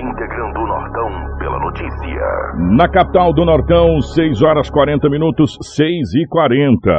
integrando o Nortão pela notícia. Na capital do Nortão, 6 horas 40 minutos, 6h40.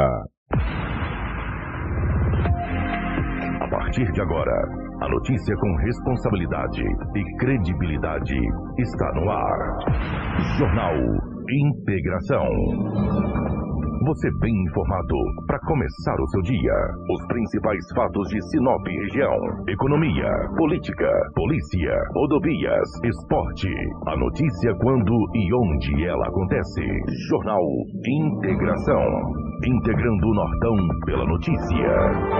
A partir de agora, a notícia com responsabilidade e credibilidade está no ar. Jornal Integração. Você bem informado para começar o seu dia. Os principais fatos de Sinop e região. Economia, política, polícia, rodovias, esporte. A notícia quando e onde ela acontece. Jornal Integração. Integrando o Nortão pela notícia.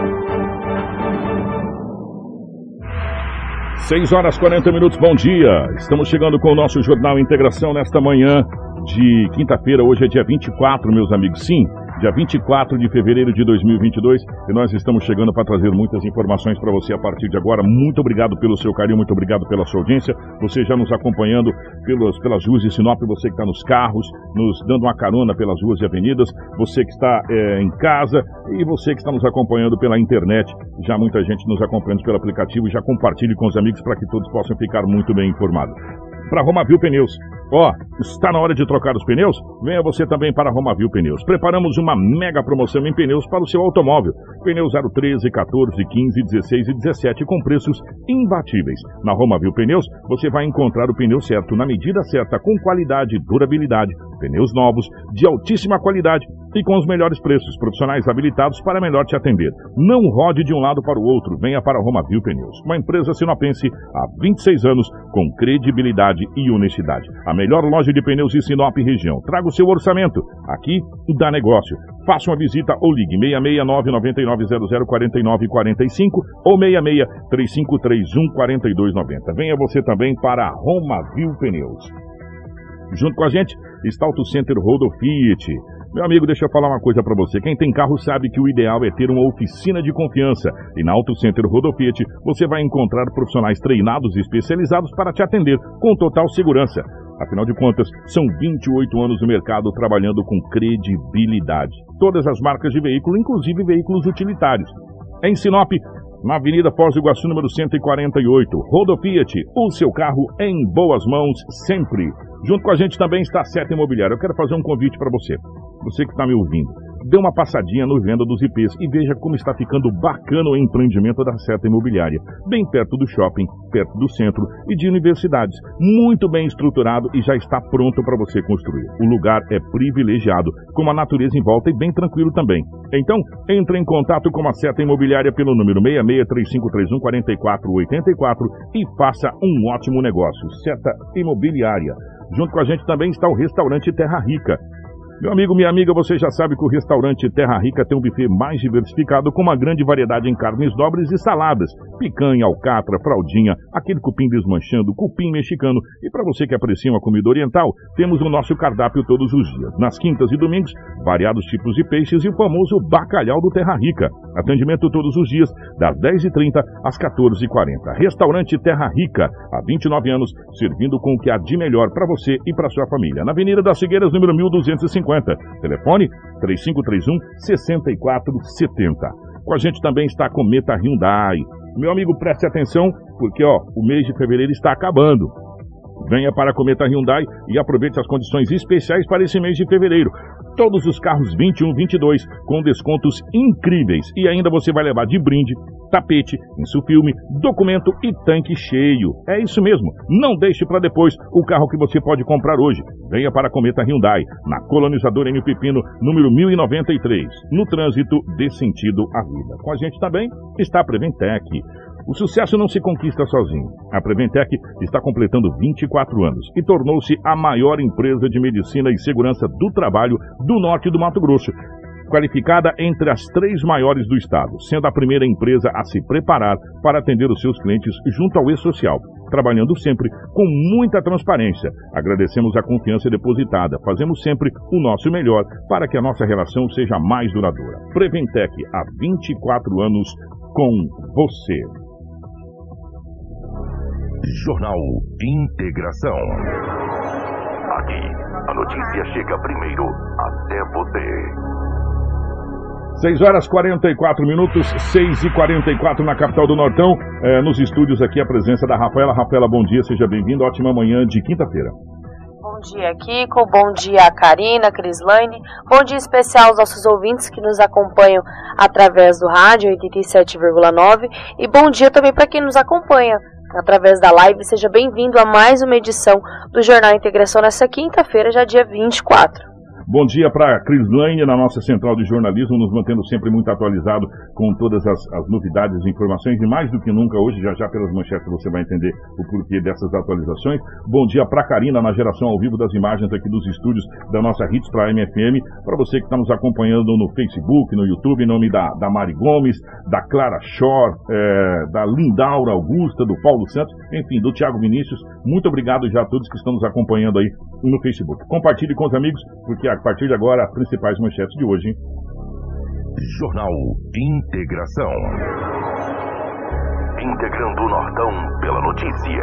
6 horas 40 minutos, bom dia. Estamos chegando com o nosso Jornal Integração nesta manhã de quinta-feira. Hoje é dia 24, meus amigos. Sim, dia 24 de fevereiro de 2022. E nós estamos chegando para trazer muitas informações para você a partir de agora. Muito obrigado pelo seu carinho, muito obrigado pela sua audiência. Você já nos acompanhando pelas ruas de Sinop, você que está nos carros, nos dando uma carona pelas ruas e avenidas, você que está em casa e você que está nos acompanhando pela internet. Já muita gente nos acompanhando pelo aplicativo e já compartilhe com os amigos para que todos possam ficar muito bem informados. Para Romavil Pneus. Está na hora de trocar os pneus? Venha você também para Romavil Pneus. Preparamos uma mega promoção em pneus para o seu automóvel. Pneus 013, 14, 15, 16 e 17 com preços imbatíveis. Na Romavil Pneus, você vai encontrar o pneu certo, na medida certa, com qualidade e durabilidade. Pneus novos, de altíssima qualidade e com os melhores preços. Profissionais habilitados para melhor te atender. Não rode de um lado para o outro. Venha para Romavil Pneus. Uma empresa sinopense há 26 anos com credibilidade e honestidade. A melhor loja de pneus de Sinop e região. Traga o seu orçamento. Aqui dá negócio. Faça uma visita ou ligue 669-9900-4945 ou 66-3531-4290. Venha você também para Romavil Pneus. Junto com a gente está o Auto Center Rodo Fiat. Meu amigo, deixa eu falar uma coisa para você. Quem tem carro sabe que o ideal é ter uma oficina de confiança. E na Auto Center Rodo Fiat você vai encontrar profissionais treinados e especializados para te atender com total segurança. Afinal de contas, são 28 anos no mercado trabalhando com credibilidade. Todas as marcas de veículo, inclusive veículos utilitários. Em Sinop, na Avenida Foz do Iguaçu, número 148, Rodo Fiat, o seu carro em boas mãos sempre. Junto com a gente também está a Seta Imobiliária. Eu quero fazer um convite para você, você que está me ouvindo. Dê uma passadinha no Venda dos IPs e veja como está ficando bacana o empreendimento da Seta Imobiliária. Bem perto do shopping, perto do centro e de universidades. Muito bem estruturado e já está pronto para você construir. O lugar é privilegiado, com a natureza em volta e bem tranquilo também. Então, entre em contato com a Seta Imobiliária pelo número 66-3531-4484 e faça um ótimo negócio. Seta Imobiliária. Junto com a gente também está o restaurante Terra Rica. Meu amigo, minha amiga, você já sabe que o restaurante Terra Rica tem um buffet mais diversificado com uma grande variedade em carnes nobres e saladas. Picanha, alcatra, fraldinha, aquele cupim desmanchando, cupim mexicano. E para você que aprecia uma comida oriental, temos o nosso cardápio todos os dias. Nas quintas e domingos, variados tipos de peixes e o famoso bacalhau do Terra Rica. Atendimento todos os dias, das 10h30 às 14h40. Restaurante Terra Rica, há 29 anos, servindo com o que há de melhor para você e para sua família. Na Avenida das Figueiras, número 1250. Telefone 3531-6470. Com a gente também está a Cometa Hyundai. Meu amigo, preste atenção, porque o mês de fevereiro está acabando. Venha para a Cometa Hyundai e aproveite as condições especiais para esse mês de fevereiro. Todos os carros 21, 22 com descontos incríveis. E ainda você vai levar de brinde tapete, insufilme, documento e tanque cheio. É isso mesmo. Não deixe para depois o carro que você pode comprar hoje. Venha para a Cometa Hyundai, na Colonizadora Enio Pepino, número 1093. No trânsito, dê sentido à vida. Com a gente também está a Preventec. O sucesso não se conquista sozinho. A Preventec está completando 24 anos e tornou-se a maior empresa de medicina e segurança do trabalho do norte do Mato Grosso, qualificada entre as 3 maiores do estado, sendo a primeira empresa a se preparar para atender os seus clientes junto ao E-Social, trabalhando sempre com muita transparência. Agradecemos a confiança depositada, fazemos sempre o nosso melhor para que a nossa relação seja mais duradoura. Preventec, há 24 anos com você. Jornal Integração. Aqui, a notícia chega primeiro até você. 6h44, 6h44 na capital do Nortão. Nos estúdios aqui a presença da Rafaela. Rafaela, bom dia, seja bem-vinda. Ótima manhã de quinta-feira. Bom dia, Kiko. Bom dia, Karina, Crislaine. Bom dia especial aos nossos ouvintes que nos acompanham através do rádio 87,9. E bom dia também para quem nos acompanha através da live. Seja bem-vindo a mais uma edição do Jornal Integração nessa quinta-feira, já dia 24. Bom dia para a Crislaine, na nossa central de jornalismo, nos mantendo sempre muito atualizado com todas as novidades e informações, e mais do que nunca hoje, já pelas manchetes você vai entender o porquê dessas atualizações. Bom dia para a Karina, na geração ao vivo das imagens aqui dos estúdios da nossa Hits para a MFM, para você que está nos acompanhando no Facebook, no YouTube, em nome da Mari Gomes, da Clara Shore, da Lindaura Augusta, do Paulo Santos, enfim, do Thiago Vinícius. Muito obrigado já a todos que estão nos acompanhando aí no Facebook. Compartilhe com os amigos, porque a partir de agora, as principais manchetes de hoje. Jornal Integração. Integrando o Nortão pela notícia.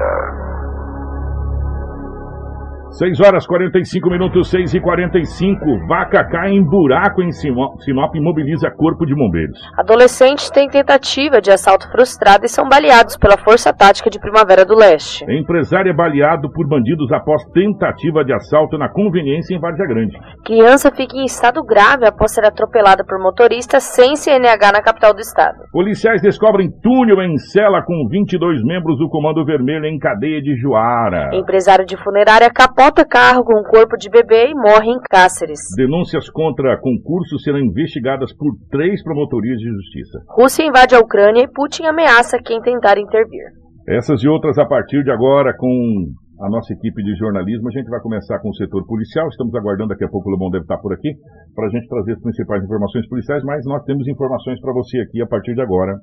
6h45, 6h45. Vaca cai em buraco em Sinop e mobiliza corpo de bombeiros. Adolescentes têm tentativa de assalto frustrado e são baleados pela Força Tática de Primavera do Leste. Empresário é baleado por bandidos após tentativa de assalto na conveniência em Várzea Grande. Criança fica em estado grave após ser atropelada por motorista sem CNH na capital do estado. Policiais descobrem túnel em cela com 22 membros do Comando Vermelho em cadeia de Juara. Empresário de funerária capota carro com corpo de bebê e morre em Cáceres. Denúncias contra concurso serão investigadas por 3 promotorias de justiça. Rússia invade a Ucrânia e Putin ameaça quem tentar intervir. Essas e outras a partir de agora com a nossa equipe de jornalismo. A gente vai começar com o setor policial. Estamos aguardando, daqui a pouco o Lobão deve estar por aqui, para a gente trazer as principais informações policiais, mas nós temos informações para você aqui a partir de agora.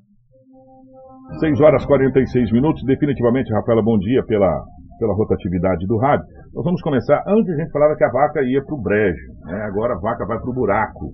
6h46, definitivamente, Rafaela, bom dia pela rotatividade do rádio. Nós vamos começar, antes a gente falava que a vaca ia para o brejo, né? Agora a vaca vai para o buraco.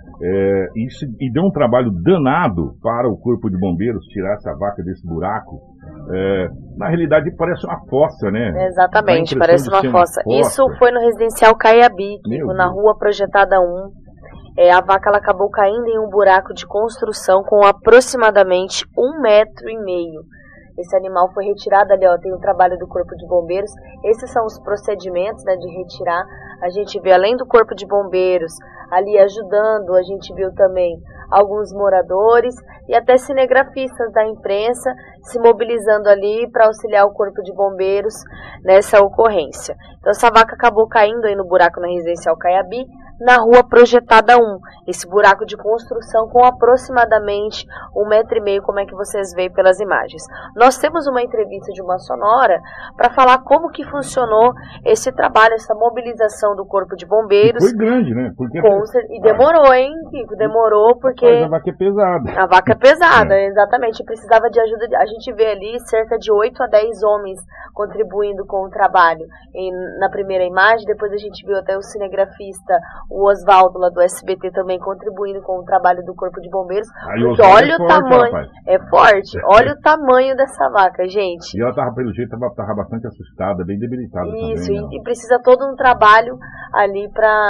E deu um trabalho danado para o Corpo de Bombeiros tirar essa vaca desse buraco. Na realidade parece uma fossa, né? Exatamente, parece uma fossa. Isso foi no residencial Caiabi, na rua Projetada 1. A vaca ela acabou caindo em um buraco de construção com aproximadamente 1,5 metros. Esse animal foi retirado ali, tem o trabalho do Corpo de Bombeiros. Esses são os procedimentos, né, de retirar. A gente vê, além do Corpo de Bombeiros ali ajudando, a gente viu também alguns moradores e até cinegrafistas da imprensa se mobilizando ali para auxiliar o Corpo de Bombeiros nessa ocorrência. Então essa vaca acabou caindo aí no buraco na residencial Caiabi, na rua Projetada 1, esse buraco de construção com aproximadamente 1,5 metros, como é que vocês veem pelas imagens. Nós temos uma entrevista de uma sonora para falar como que funcionou esse trabalho, essa mobilização do Corpo de Bombeiros. E foi grande, né? Porque e demorou, hein, Kiko? Demorou porque... Mas a vaca é pesada. A vaca é pesada, exatamente. Precisava de ajuda. A gente vê ali cerca de 8 a 10 homens contribuindo com o trabalho. Na primeira imagem, depois a gente viu até o cinegrafista, o Oswaldo, lá do SBT, também contribuindo com o trabalho do Corpo de Bombeiros. Porque olha o tamanho. Rapaz. É forte. Olha o tamanho dessa vaca, gente. E ela estava, pelo jeito, estava bastante assustada, bem debilitada. Isso, também, e precisar todo um trabalho ali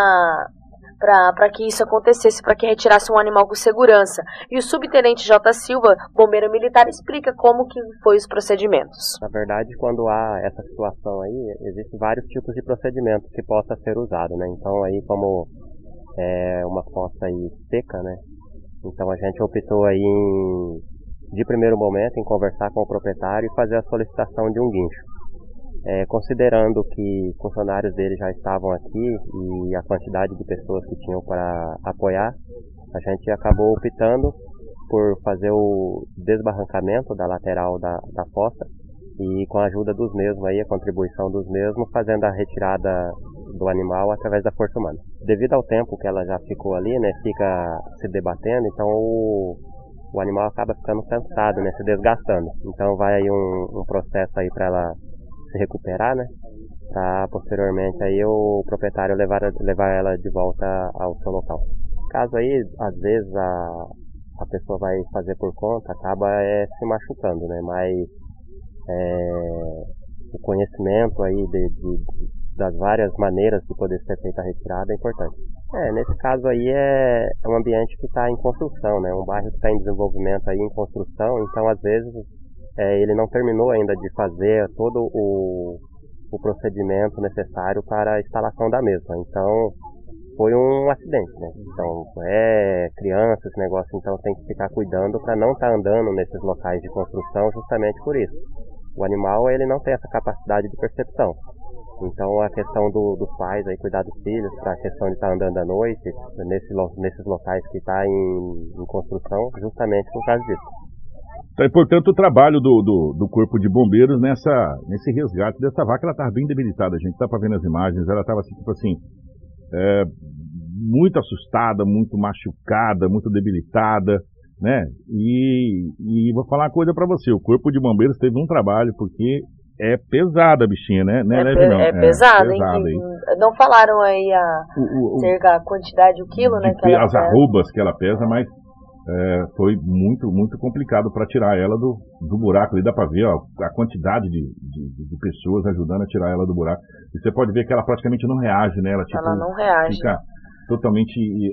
para que isso acontecesse, para que retirasse um animal com segurança. E o subtenente J. Silva, bombeiro militar, explica como que foi os procedimentos. Na verdade, quando há essa situação aí, existem vários tipos de procedimentos que possa ser usado, né? Então aí, como é uma fossa aí seca, né? Então a gente optou aí de primeiro momento em conversar com o proprietário e fazer a solicitação de um guincho. Considerando que funcionários dele já estavam aqui e a quantidade de pessoas que tinham para apoiar, a gente acabou optando por fazer o desbarrancamento da lateral da fossa e com a ajuda dos mesmos, aí, a contribuição dos mesmos, fazendo a retirada do animal através da força humana. Devido ao tempo que ela já ficou ali, né, fica se debatendo, então o animal acaba ficando cansado, né, se desgastando. Então vai aí um processo aí para ela se recuperar, né, para posteriormente aí o proprietário levar ela de volta ao seu local. Caso aí, às vezes a pessoa vai fazer por conta, acaba se machucando, né, mas o conhecimento aí das várias maneiras de poder ser feita a retirada é importante. Nesse caso aí é um ambiente que está em construção, né? Um bairro que está em desenvolvimento aí, em construção, então às vezes ele não terminou ainda de fazer todo o procedimento necessário para a instalação da mesma. Então foi um acidente, né? Então criança, esse negócio, então tem que ficar cuidando para não estar andando nesses locais de construção justamente por isso. O animal ele não tem essa capacidade de percepção. Então a questão dos pais aí cuidar dos filhos para a questão de estar andando à noite nesses locais que está em construção, justamente por causa disso. Então, e, portanto, o trabalho do Corpo de Bombeiros nesse resgate dessa vaca, ela estava bem debilitada, a gente está para ver nas imagens, ela estava assim, muito assustada, muito machucada, muito debilitada, né? E vou falar uma coisa para você, o Corpo de Bombeiros teve um trabalho, porque é pesada a bichinha, né? Não é leve, não. É pesada, hein? Não falaram aí a quantidade, o quilo, né? Que as arrobas que ela pesa, mas foi muito, muito complicado para tirar ela do buraco. Ali dá para ver a quantidade de pessoas ajudando a tirar ela do buraco. E você pode ver que ela praticamente não reage, né? Ela não reage. Fica totalmente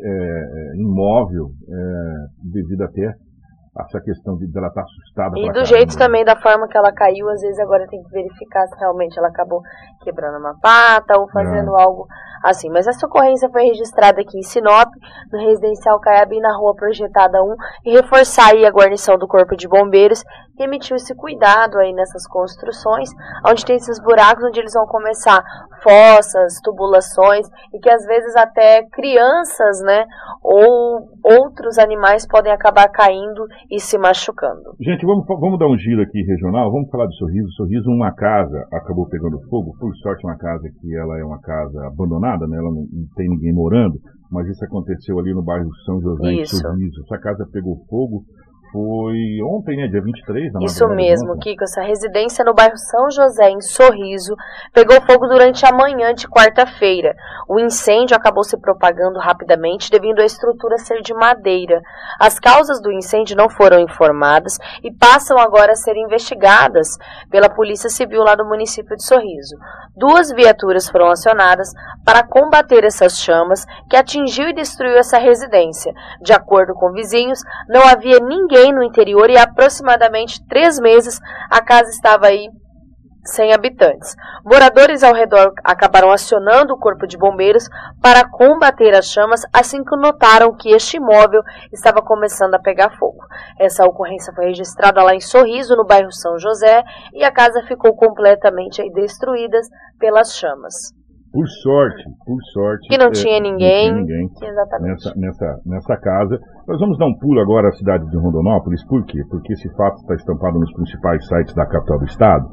imóvel, devido até essa questão dela estar assustada. E do jeito também, da forma que ela caiu, às vezes agora tem que verificar se realmente ela acabou quebrando uma pata ou fazendo algo assim. Mas essa ocorrência foi registrada aqui em Sinop, no residencial Caiabi, na rua Projetada 1, e reforçar aí a guarnição do Corpo de Bombeiros, que emitiu esse cuidado aí nessas construções, onde tem esses buracos, onde eles vão começar fossas, tubulações, e que às vezes até crianças, né, ou outros animais podem acabar caindo e se machucando. Gente, vamos dar um giro aqui regional, vamos falar de Sorriso. Sorriso, uma casa acabou pegando fogo, por sorte uma casa que ela é uma casa abandonada, né? Ela não tem ninguém morando, mas isso aconteceu ali no bairro São José, em Sorriso. Essa casa pegou fogo, foi ontem, né, dia 23, na Isso mesmo, Kiko, essa residência no bairro São José, em Sorriso, pegou fogo durante a manhã de quarta-feira. O incêndio acabou se propagando rapidamente devido à estrutura ser de madeira. As causas do incêndio não foram informadas e passam agora a ser investigadas pela Polícia Civil lá do município de Sorriso. 2 viaturas foram acionadas para combater essas chamas que atingiu e destruiu essa residência. De acordo com vizinhos, não havia ninguém no interior e há aproximadamente 3 meses a casa estava aí sem habitantes. Moradores ao redor acabaram acionando o Corpo de Bombeiros para combater as chamas assim que notaram que este imóvel estava começando a pegar fogo. Essa ocorrência foi registrada lá em Sorriso, no bairro São José, e a casa ficou completamente aí destruída pelas chamas. Por sorte. Que não tinha ninguém. Exatamente. Nessa casa. Nós vamos dar um pulo agora à cidade de Rondonópolis. Por quê? Porque esse fato está estampado nos principais sites da capital do estado,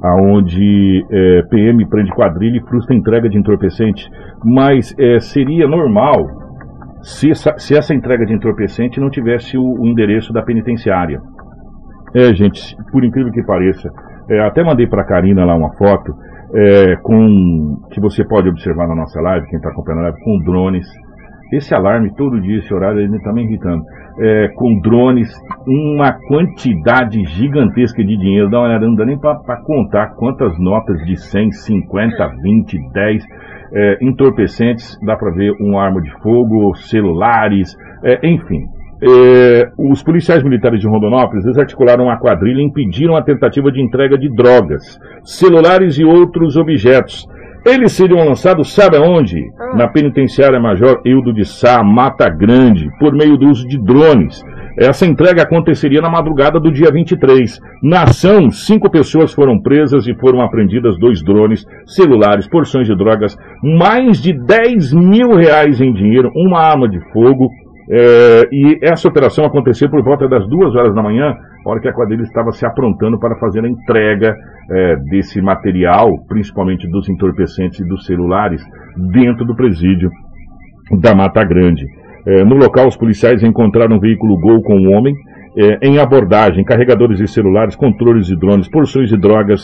onde PM prende quadrilha e frustra a entrega de entorpecente. Mas seria normal se essa entrega de entorpecente não tivesse o endereço da penitenciária. Gente, por incrível que pareça, até mandei para a Karina lá uma foto, que você pode observar na nossa live, quem está acompanhando a live, com drones. Esse alarme todo dia, esse horário, ele está me irritando. Com drones, uma quantidade gigantesca de dinheiro. Dá uma olhada, não dá nem para contar quantas notas de 100, 50, 20, 10 entorpecentes. Dá para ver uma arma de fogo, celulares, enfim. Os policiais militares de Rondonópolis desarticularam uma quadrilha e impediram a tentativa de entrega de drogas, celulares e outros objetos. Eles seriam lançados, sabe aonde? Na penitenciária Major Eudo de Sá, Mata Grande, por meio do uso de drones. Essa entrega aconteceria na madrugada do dia 23. Na ação, 5 pessoas foram presas e foram apreendidas 2 drones, celulares, porções de drogas, mais de R$10 mil em dinheiro, uma arma de fogo. E essa operação aconteceu por volta das 2 horas da manhã, a hora que a quadrilha estava se aprontando para fazer a entrega desse material, principalmente dos entorpecentes e dos celulares, dentro do presídio da Mata Grande. No local, os policiais encontraram um veículo Gol com um homem em abordagem, carregadores de celulares, controles de drones, porções de drogas,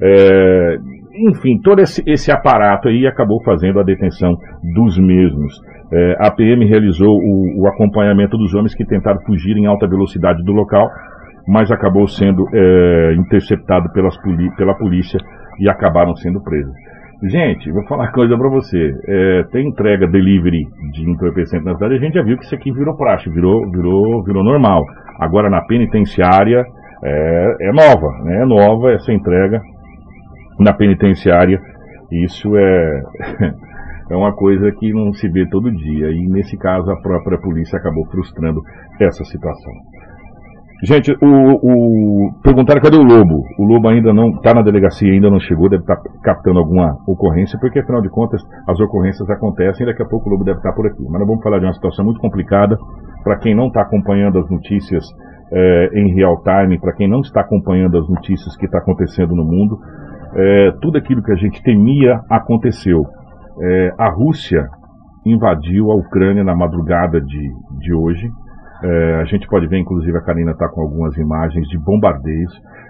enfim, todo esse aparato aí acabou fazendo a detenção dos mesmos. A PM realizou o acompanhamento dos homens que tentaram fugir em alta velocidade do local, mas acabou sendo interceptado pela polícia e acabaram sendo presos. Gente, vou falar uma coisa pra você. Tem entrega delivery de entorpecente na cidade, a gente já viu que isso aqui virou praxe, virou normal. Agora na penitenciária é nova, né? É nova essa entrega na penitenciária. Isso é uma coisa que não se vê todo dia. E nesse caso a própria polícia acabou frustrando essa situação. Gente, perguntaram cadê o Lobo. O Lobo ainda não está na delegacia, ainda não chegou, deve estar captando alguma ocorrência, porque afinal de contas as ocorrências acontecem e daqui a pouco o Lobo deve estar por aqui. Mas nós vamos falar de uma situação muito complicada para quem não está acompanhando as notícias em real time, para quem não está acompanhando as notícias que está acontecendo no mundo. Tudo aquilo que a gente temia aconteceu. A Rússia invadiu a Ucrânia na madrugada de hoje. A gente pode ver, inclusive a Karina está com algumas imagens de bombardeios.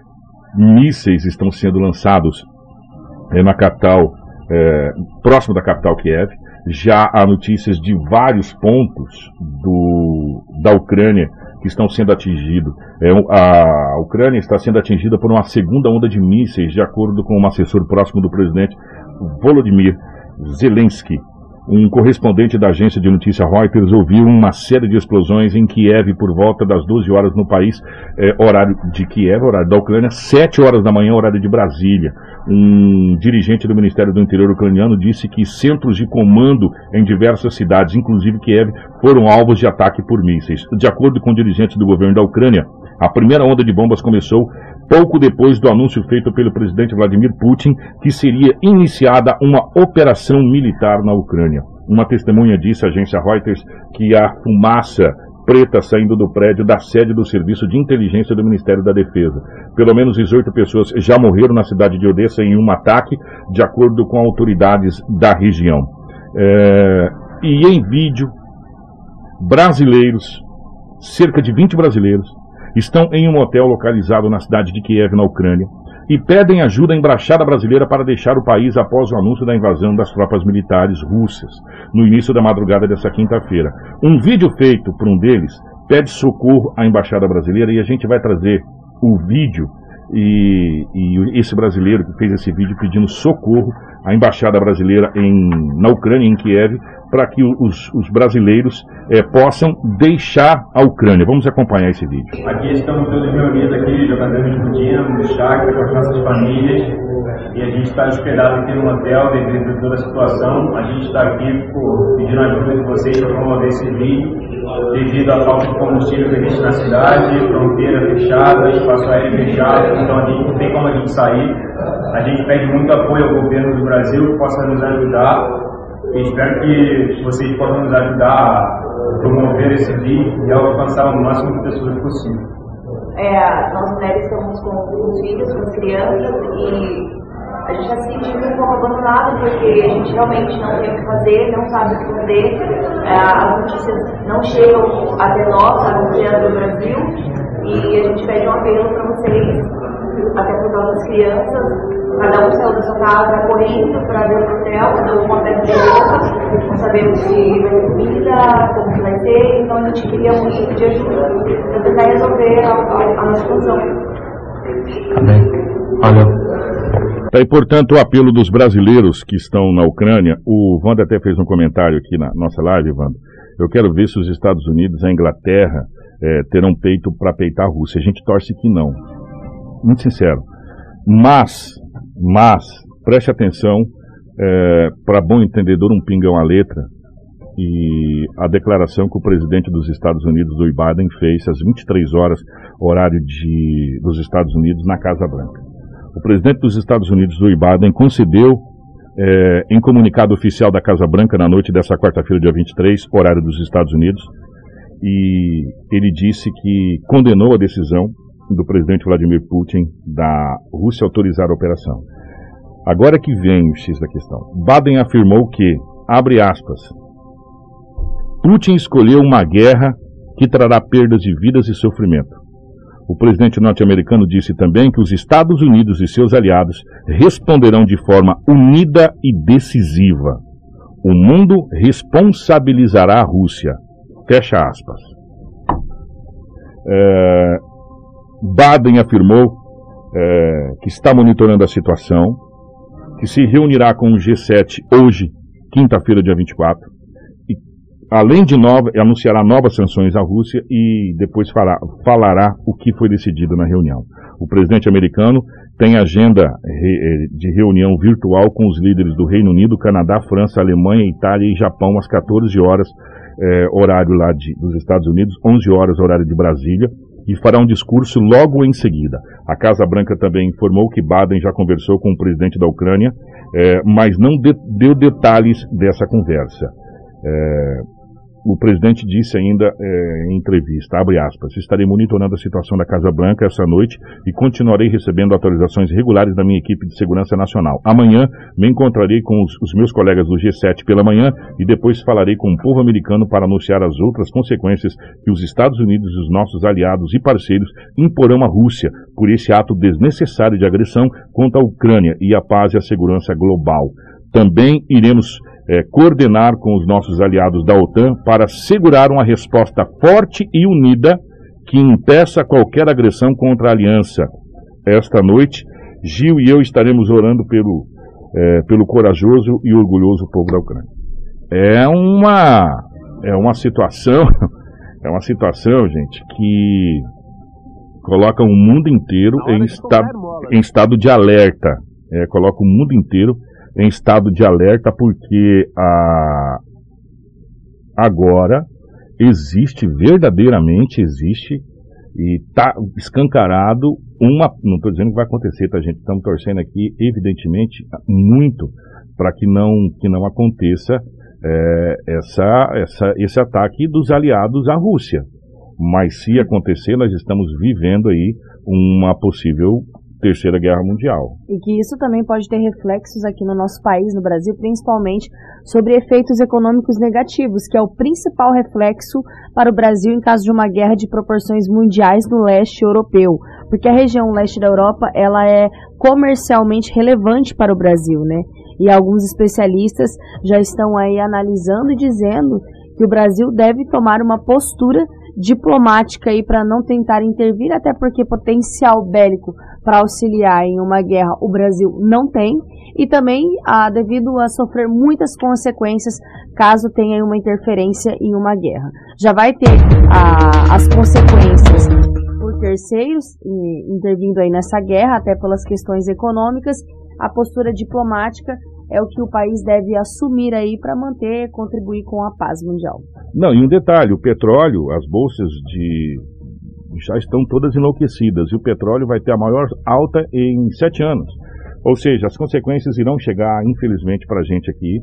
Mísseis estão sendo lançados na capital, próximo da capital Kiev. Já há notícias de vários pontos da Ucrânia que estão sendo atingidos. A Ucrânia está sendo atingida por uma segunda onda de mísseis, de acordo com um assessor próximo do presidente Volodymyr Zelensky. Um correspondente da agência de notícia Reuters ouviu uma série de explosões em Kiev por volta das 12 horas no país, horário de Kiev, horário da Ucrânia, 7 horas da manhã, horário de Brasília. Um dirigente do Ministério do Interior ucraniano disse que centros de comando em diversas cidades, inclusive Kiev, foram alvos de ataque por mísseis. De acordo com dirigentes do governo da Ucrânia, a primeira onda de bombas começou pouco depois do anúncio feito pelo presidente Vladimir Putin que seria iniciada uma operação militar na Ucrânia. Uma testemunha disse à agência Reuters que a fumaça preta saindo do prédio da sede do Serviço de Inteligência do Ministério da Defesa. Pelo menos 18 pessoas já morreram na cidade de Odessa em um ataque, de acordo com autoridades da região. E em vídeo, brasileiros, cerca de 20 brasileiros, estão em um hotel localizado na cidade de Kiev, na Ucrânia, e pedem ajuda à embaixada brasileira para deixar o país após o anúncio da invasão das tropas militares russas, no início da madrugada dessa quinta-feira. Um vídeo feito por um deles pede socorro à embaixada brasileira e a gente vai trazer o vídeo e esse brasileiro que fez esse vídeo pedindo socorro à embaixada brasileira na Ucrânia, em Kiev, para que os brasileiros possam deixar a Ucrânia. Vamos acompanhar esse vídeo. Aqui estamos todos reunidos aqui, jogando discutindo, no chácara, com as nossas famílias, e a gente está hospedado aqui no hotel devido a toda a situação. A gente está aqui pedindo a ajuda de vocês para promover esse vídeo, devido à falta de combustível que existe na cidade, fronteira fechada, espaço aéreo fechado, então a gente não tem como a gente sair. A gente pede muito apoio ao governo do Brasil que possa nos ajudar. E espero que vocês possam nos ajudar a promover esse vídeo e alcançar o máximo de pessoas possível. Nós mulheres estamos com os filhos, com as crianças, e a gente está se sentindo um pouco abandonado porque a gente realmente não tem o que fazer, não sabe o que fazer. As notícias não chegam até nós, a notícia do Brasil, e a gente pede um apelo para vocês, até por causa das crianças. Cada um saiu da sua casa correndo para ver o hotel, cada um uma peça de roupa, não sabemos se vai ter comida, como que vai ser, então a gente queria muito de ajuda para tentar resolver a nossa situação. Tá bem. Olha. Tá aí, portanto, o apelo dos brasileiros que estão na Ucrânia. O Wanda até fez um comentário aqui na nossa live, Wanda. Eu quero ver se os Estados Unidos e a Inglaterra terão peito para peitar a Rússia. A gente torce que não. Muito sincero. Mas, preste atenção, para bom entendedor, um pinga é uma letra, e a declaração que o presidente dos Estados Unidos, Joe Biden, fez às 23 horas, horário dos Estados Unidos, na Casa Branca. O presidente dos Estados Unidos, Joe Biden, concedeu, em comunicado oficial da Casa Branca, na noite dessa quarta-feira, dia 23, horário dos Estados Unidos, e ele disse que condenou a decisão do presidente Vladimir Putin da Rússia autorizar a operação. Agora que vem o X da questão. Biden afirmou que, abre aspas, Putin escolheu uma guerra que trará perdas de vidas e sofrimento. O presidente norte-americano disse também que os Estados Unidos e seus aliados responderão de forma unida e decisiva. O mundo responsabilizará a Rússia. Fecha aspas. Biden afirmou que está monitorando a situação que se reunirá com o G7 hoje, quinta-feira, dia 24, e, além de anunciará novas sanções à Rússia e depois falará o que foi decidido na reunião. O presidente americano tem agenda de reunião virtual com os líderes do Reino Unido, Canadá, França, Alemanha, Itália e Japão às 14 horas, horário lá dos Estados Unidos, 11 horas, horário de Brasília, e fará um discurso logo em seguida. A Casa Branca também informou que Biden já conversou com o presidente da Ucrânia, mas não deu detalhes dessa conversa. O presidente disse ainda em entrevista, abre aspas, estarei monitorando a situação da Casa Branca essa noite e continuarei recebendo atualizações regulares da minha equipe de segurança nacional. Amanhã me encontrarei com os meus colegas do G7 pela manhã e depois falarei com o povo americano para anunciar as outras consequências que os Estados Unidos e os nossos aliados e parceiros imporão à Rússia por esse ato desnecessário de agressão contra a Ucrânia e a paz e a segurança global. Também iremos coordenar com os nossos aliados da OTAN para segurar uma resposta forte e unida que impeça qualquer agressão contra a aliança. Esta noite, Gil e eu estaremos orando pelo corajoso e orgulhoso povo da Ucrânia. É uma situação, gente, que coloca o mundo inteiro em estado de alerta. Coloca o mundo inteiro em estado de alerta, porque agora verdadeiramente existe, e está escancarado não estou dizendo que vai acontecer, tá, gente? Estamos torcendo aqui, evidentemente, muito para que não aconteça esse ataque dos aliados à Rússia. Mas se acontecer, nós estamos vivendo aí uma possível Terceira Guerra Mundial. E que isso também pode ter reflexos aqui no nosso país, no Brasil, principalmente sobre efeitos econômicos negativos, que é o principal reflexo para o Brasil em caso de uma guerra de proporções mundiais no leste europeu. Porque a região leste da Europa, ela é comercialmente relevante para o Brasil, né? E alguns especialistas já estão aí analisando e dizendo que o Brasil deve tomar uma postura diplomática aí para não tentar intervir, até porque potencial bélico para auxiliar em uma guerra o Brasil não tem, e também devido a sofrer muitas consequências caso tenha uma interferência em uma guerra. Já vai ter as consequências por terceiros intervindo aí nessa guerra, até pelas questões econômicas. A postura diplomática é o que o país deve assumir aí para contribuir com a paz mundial. Não, e um detalhe, o petróleo, as bolsas já estão todas enlouquecidas, e o petróleo vai ter a maior alta em 7 anos. Ou seja, as consequências irão chegar, infelizmente, para a gente aqui,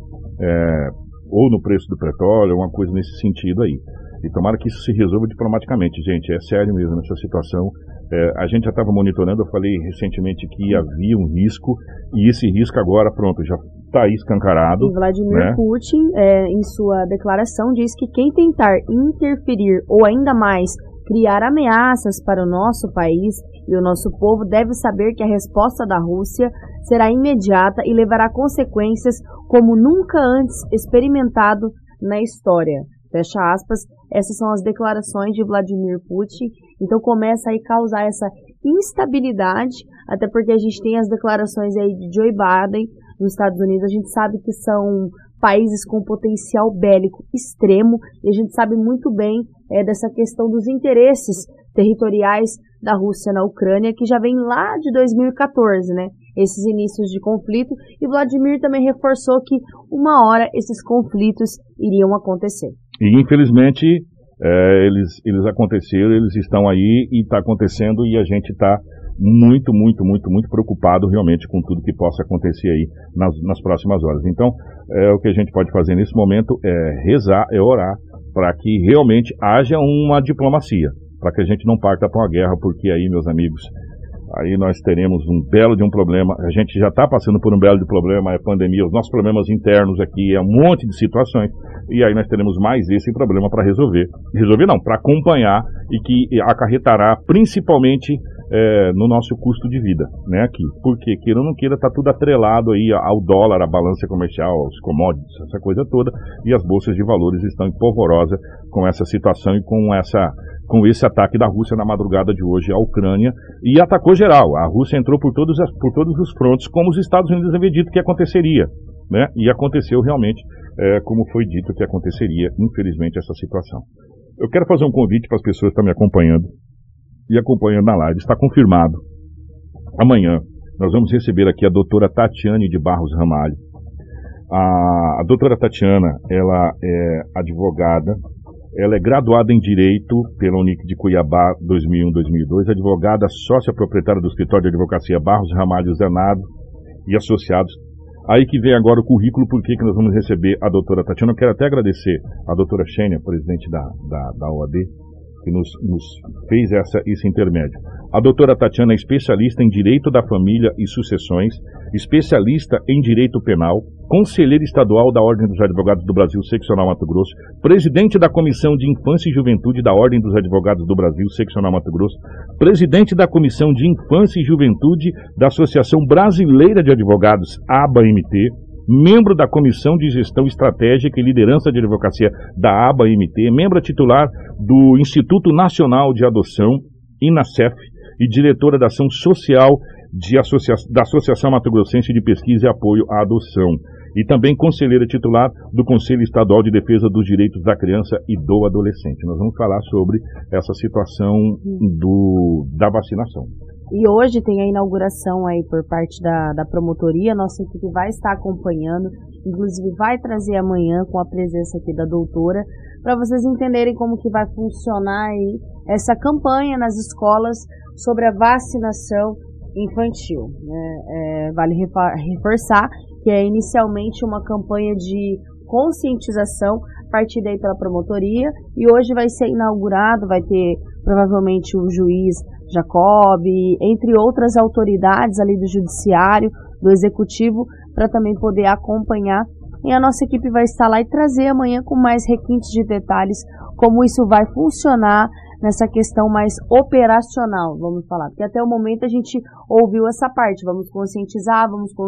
ou no preço do petróleo, uma coisa nesse sentido aí. E tomara que isso se resolva diplomaticamente, gente. É sério mesmo essa situação. A gente já estava monitorando, eu falei recentemente que havia um risco, e esse risco agora, pronto, já está aí escancarado. E Vladimir Putin, em sua declaração, diz que quem tentar interferir ou ainda mais criar ameaças para o nosso país e o nosso povo deve saber que a resposta da Rússia será imediata e levará consequências como nunca antes experimentado na história. Fecha aspas, essas são as declarações de Vladimir Putin. Então começa a causar essa instabilidade, até porque a gente tem as declarações aí de Joe Biden nos Estados Unidos. A gente sabe que são países com potencial bélico extremo, e a gente sabe muito bem dessa questão dos interesses territoriais da Rússia na Ucrânia, que já vem lá de 2014, né? Esses inícios de conflito, e Vladimir também reforçou que uma hora esses conflitos iriam acontecer. E infelizmente eles aconteceram, eles estão aí e está acontecendo, e a gente está muito preocupado realmente com tudo que possa acontecer aí nas próximas horas. Então, o que a gente pode fazer nesse momento é rezar, é orar, para que realmente haja uma diplomacia, para que a gente não parta para uma guerra, porque aí, meus amigos, aí nós teremos um belo de um problema. A gente já está passando por um belo de problema, é pandemia, os nossos problemas internos aqui, é um monte de situações, e aí nós teremos mais esse problema para resolver. Resolver não, para acompanhar, e que acarretará principalmente no nosso custo de vida, né, aqui. Porque, queira ou não queira, está tudo atrelado aí ao dólar, à balança comercial, aos commodities, essa coisa toda, e as bolsas de valores estão em polvorosa com essa situação e com esse ataque da Rússia na madrugada de hoje à Ucrânia, e atacou geral. A Rússia entrou por todos os frontes, como os Estados Unidos haviam dito que aconteceria, né, e aconteceu realmente como foi dito que aconteceria, infelizmente, essa situação. Eu quero fazer um convite para as pessoas que estão me acompanhando e acompanhando na live. Está confirmado. Amanhã nós vamos receber aqui a doutora Tatiane de Barros Ramalho. A doutora Tatiana, ela é advogada, ela é graduada em Direito pela Unic de Cuiabá 2001-2002, advogada sócia proprietária do escritório de advocacia Barros Ramalho Zanado e Associados. Aí que vem agora o currículo, porque que nós vamos receber a doutora Tatiana. Eu quero até agradecer a doutora Xênia, presidente da OAB, que nos fez esse intermédio. A doutora Tatiana é especialista em Direito da Família e Sucessões, especialista em Direito Penal, conselheira estadual da Ordem dos Advogados do Brasil, Seccional Mato Grosso, presidente da Comissão de Infância e Juventude da Ordem dos Advogados do Brasil, Seccional Mato Grosso, presidente da Comissão de Infância e Juventude da Associação Brasileira de Advogados, ABA-MT, membro da Comissão de Gestão Estratégica e Liderança de Advocacia da ABA-MT, membro titular do Instituto Nacional de Adoção, INASEF, e diretora da Ação Social da Associação Mato Grossense de Pesquisa e Apoio à Adoção, e também conselheira titular do Conselho Estadual de Defesa dos Direitos da Criança e do Adolescente. Nós vamos falar sobre essa situação da vacinação. E hoje tem a inauguração aí por parte da promotoria, nossa equipe vai estar acompanhando, inclusive vai trazer amanhã com a presença aqui da doutora, para vocês entenderem como que vai funcionar aí essa campanha nas escolas sobre a vacinação infantil, né? Vale reforçar que é inicialmente uma campanha de conscientização a partir daí pela promotoria, e hoje vai ser inaugurado, vai ter provavelmente o juiz Jacob, entre outras autoridades ali do judiciário, do executivo, para também poder acompanhar, e a nossa equipe vai estar lá e trazer amanhã com mais requintes de detalhes como isso vai funcionar nessa questão mais operacional, vamos falar, porque até o momento a gente ouviu essa parte, vamos conscientizar,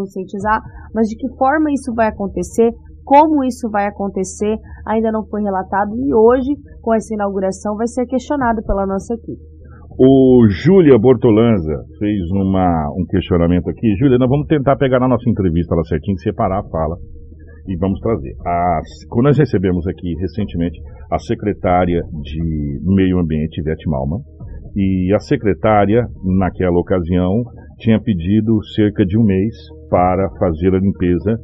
mas de que forma isso vai acontecer, como isso vai acontecer, ainda não foi relatado, e hoje, com essa inauguração, vai ser questionado pela nossa equipe. O Júlia Bortolanza fez um questionamento aqui. Júlia, nós vamos tentar pegar na nossa entrevista lá certinho, separar a fala e vamos trazer. Quando nós recebemos aqui recentemente a secretária de Meio Ambiente, Ivete Malman, e a secretária, naquela ocasião, tinha pedido cerca de um mês para fazer a limpeza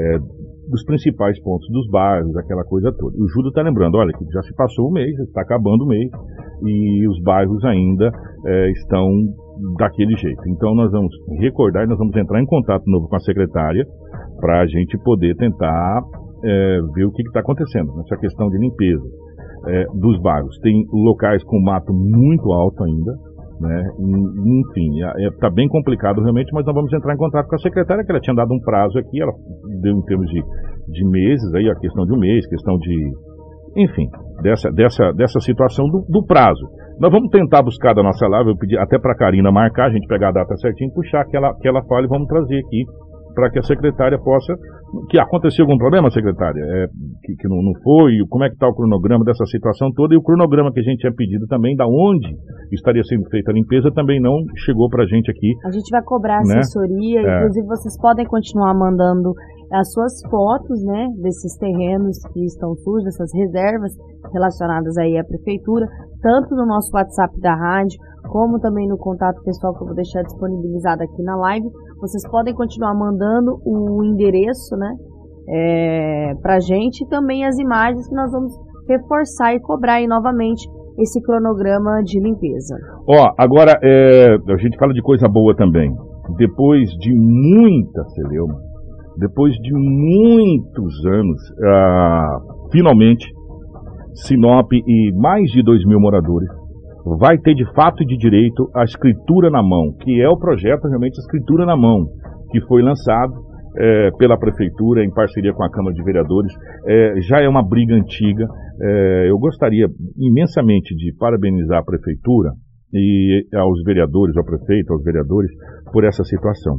dos principais pontos dos bairros, aquela coisa toda. O Júlio está lembrando, olha, que já se passou o mês, está acabando o mês, e os bairros ainda estão daquele jeito. Então nós vamos recordar e nós vamos entrar em contato novo com a secretária para a gente poder tentar ver o que está acontecendo nessa questão de limpeza dos bairros. Tem locais com mato muito alto ainda, né? Enfim, está bem complicado realmente, mas nós vamos entrar em contato com a secretária, que ela tinha dado um prazo aqui, ela deu em termos de meses, aí a questão de um mês, questão de, enfim, dessa situação do prazo. Nós vamos tentar buscar da nossa live, eu pedi até para a Karina marcar, a gente pegar a data certinho, puxar que ela fale, vamos trazer aqui para que a secretária possa... Que aconteceu algum problema, secretária? Que não foi? Como é que está o cronograma dessa situação toda? E o cronograma que a gente tinha pedido também, da onde estaria sendo feita a limpeza, também não chegou para a gente aqui. A gente vai cobrar assessoria, inclusive vocês podem continuar mandando as suas fotos, né, desses terrenos que estão sujos, essas reservas relacionadas aí à prefeitura, tanto no nosso WhatsApp da rádio, como também no contato pessoal que eu vou deixar disponibilizado aqui na live. Vocês podem continuar mandando o endereço, né, pra gente, e também as imagens que nós vamos reforçar e cobrar aí novamente esse cronograma de limpeza. Agora, a gente fala de coisa boa também. Depois de muita celeuma, depois de muitos anos, finalmente, Sinop e mais de 2.000 moradores vai ter de fato e de direito a escritura na mão, que é o projeto realmente Escritura na Mão, que foi lançado pela Prefeitura em parceria com a Câmara de Vereadores. Já é uma briga antiga. Eu gostaria imensamente de parabenizar a Prefeitura e aos vereadores, ao prefeito, aos vereadores, por essa situação.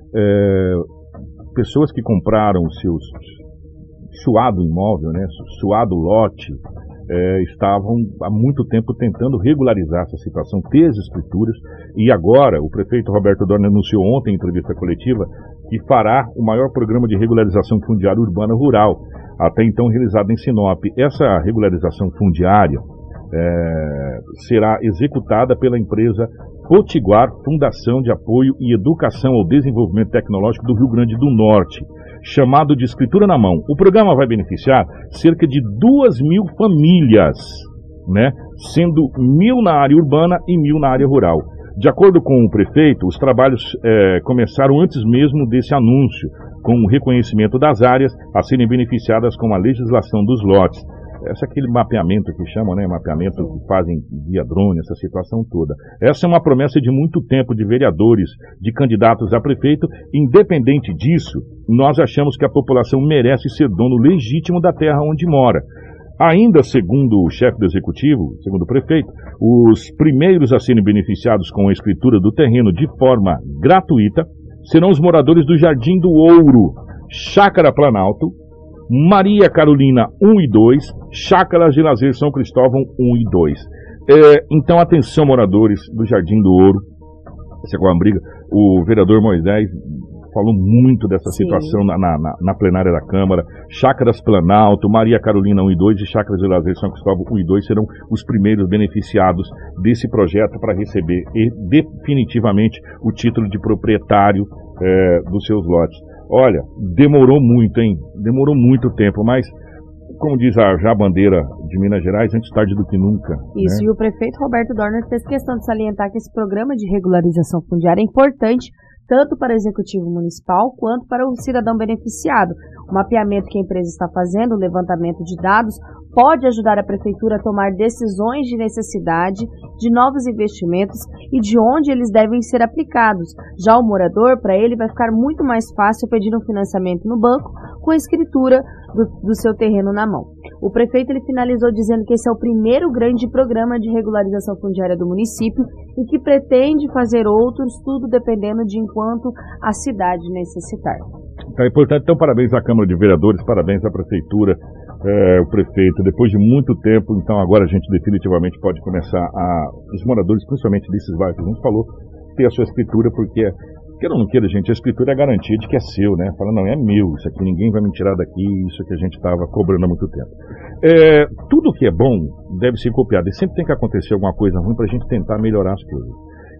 Pessoas que compraram seus suado imóvel, né, suado lote, estavam há muito tempo tentando regularizar essa situação, ter as escrituras, e agora o prefeito Roberto Dorner anunciou ontem em entrevista coletiva que fará o maior programa de regularização fundiária urbana rural, até então realizado em Sinop. Essa regularização fundiária será executada pela empresa Potiguar, Fundação de Apoio e Educação ao Desenvolvimento Tecnológico do Rio Grande do Norte, chamado de Escritura na Mão. O programa vai beneficiar cerca de 2.000 famílias, né, sendo 1.000 na área urbana e 1.000 na área rural. De acordo com o prefeito, os trabalhos começaram antes mesmo desse anúncio, com o reconhecimento das áreas a serem beneficiadas com a legislação dos lotes. Esse é aquele mapeamento que chamam, né? Mapeamento que fazem via drone, essa situação toda. Essa é uma promessa de muito tempo de vereadores, de candidatos a prefeito. Independente disso, nós achamos que a população merece ser dono legítimo da terra onde mora. Ainda segundo o chefe do executivo, segundo o prefeito, os primeiros a serem beneficiados com a escritura do terreno de forma gratuita serão os moradores do Jardim do Ouro, Chácara Planalto, Maria Carolina 1 e 2, Chácaras de Lazer São Cristóvão 1 e 2. Então, atenção, moradores do Jardim do Ouro. Essa é uma briga. O vereador Moisés falou muito dessa situação na plenária da Câmara. Chácaras Planalto, Maria Carolina 1 e 2 e Chácaras de Lazer São Cristóvão 1 e 2 serão os primeiros beneficiados desse projeto para receber definitivamente o título de proprietário dos seus lotes. Olha, demorou muito, hein? Demorou muito tempo, mas, como diz a bandeira de Minas Gerais, antes tarde do que nunca. Isso, né? E o prefeito Roberto Dorner fez questão de salientar que esse programa de regularização fundiária é importante tanto para o executivo municipal quanto para o cidadão beneficiado. O mapeamento que a empresa está fazendo, o levantamento de dados, pode ajudar a prefeitura a tomar decisões de necessidade de novos investimentos e de onde eles devem ser aplicados. Já o morador, para ele, vai ficar muito mais fácil pedir um financiamento no banco com a escritura do seu terreno na mão. O prefeito ele finalizou dizendo que esse é o primeiro grande programa de regularização fundiária do município e que pretende fazer outros, tudo dependendo de enquanto a cidade necessitar. É importante, então, parabéns à Câmara de Vereadores, parabéns à Prefeitura, o prefeito. Depois de muito tempo, então agora a gente definitivamente pode começar os moradores, principalmente desses bairros que a gente falou, ter a sua escritura, porque, queira ou não queira, gente, a escritura é a garantia de que é seu, né? Fala, não, é meu, isso aqui ninguém vai me tirar daqui, isso que a gente estava cobrando há muito tempo. Tudo que é bom deve ser copiado, e sempre tem que acontecer alguma coisa ruim para a gente tentar melhorar as coisas.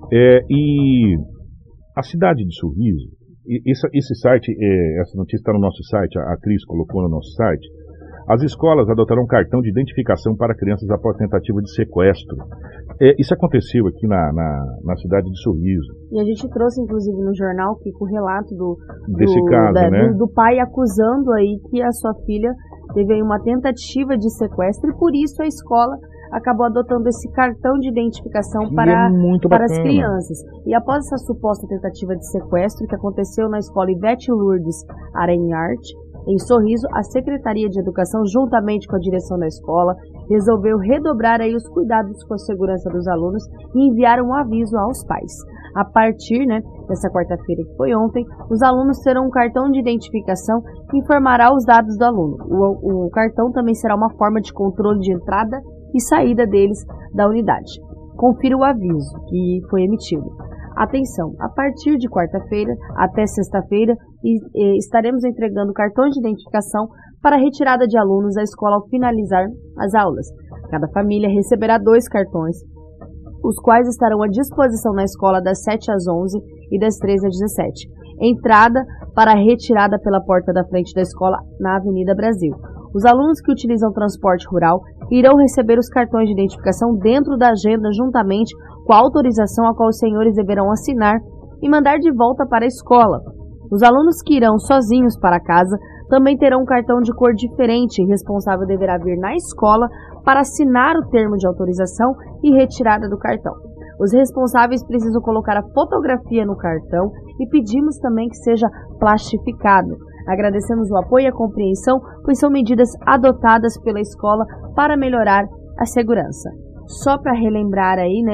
E a cidade de Sorriso, esse site, essa notícia está no nosso site, a Cris colocou no nosso site. As escolas adotarão cartão de identificação para crianças após tentativa de sequestro. Isso aconteceu aqui na cidade de Sorriso. E a gente trouxe, inclusive, no jornal, o relato desse caso, né? do pai acusando aí que a sua filha teve aí uma tentativa de sequestro e por isso a escola acabou adotando esse cartão de identificação para as crianças. E após essa suposta tentativa de sequestro que aconteceu na escola Ivete Lourdes Arenharte, em Sorriso, a Secretaria de Educação, juntamente com a direção da escola, resolveu redobrar aí os cuidados com a segurança dos alunos e enviaram um aviso aos pais. A partir dessa quarta-feira, que foi ontem, os alunos terão um cartão de identificação que informará os dados do aluno. O cartão também será uma forma de controle de entrada e saída deles da unidade. Confira o aviso que foi emitido. Atenção, a partir de quarta-feira até sexta-feira estaremos entregando cartões de identificação para retirada de alunos da escola ao finalizar as aulas. Cada família receberá 2 cartões, os quais estarão à disposição na escola das 7 às 11 e das 13 às 17. Entrada para retirada pela porta da frente da escola na Avenida Brasil. Os alunos que utilizam transporte rural irão receber os cartões de identificação dentro da agenda juntamente com a autorização a qual os senhores deverão assinar e mandar de volta para a escola. Os alunos que irão sozinhos para casa também terão um cartão de cor diferente e o responsável deverá vir na escola para assinar o termo de autorização e retirada do cartão. Os responsáveis precisam colocar a fotografia no cartão e pedimos também que seja plastificado. Agradecemos o apoio e a compreensão, pois são medidas adotadas pela escola para melhorar a segurança. Só para relembrar aí,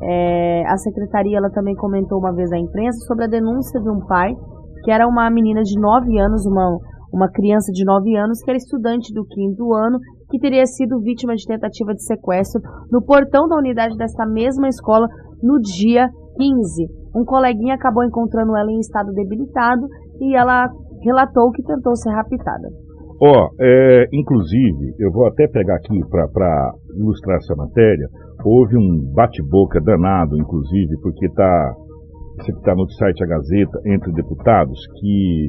A secretaria ela também comentou uma vez à imprensa sobre a denúncia de um pai, que era uma menina de 9 anos, uma criança de 9 anos, que era estudante do 5º ano, que teria sido vítima de tentativa de sequestro no portão da unidade desta mesma escola no dia 15. Um coleguinha acabou encontrando ela em estado debilitado e ela relatou que tentou ser raptada. Inclusive, eu vou até pegar aqui para ilustrar essa matéria. Houve um bate-boca danado, inclusive, porque você está no site A Gazeta, entre deputados que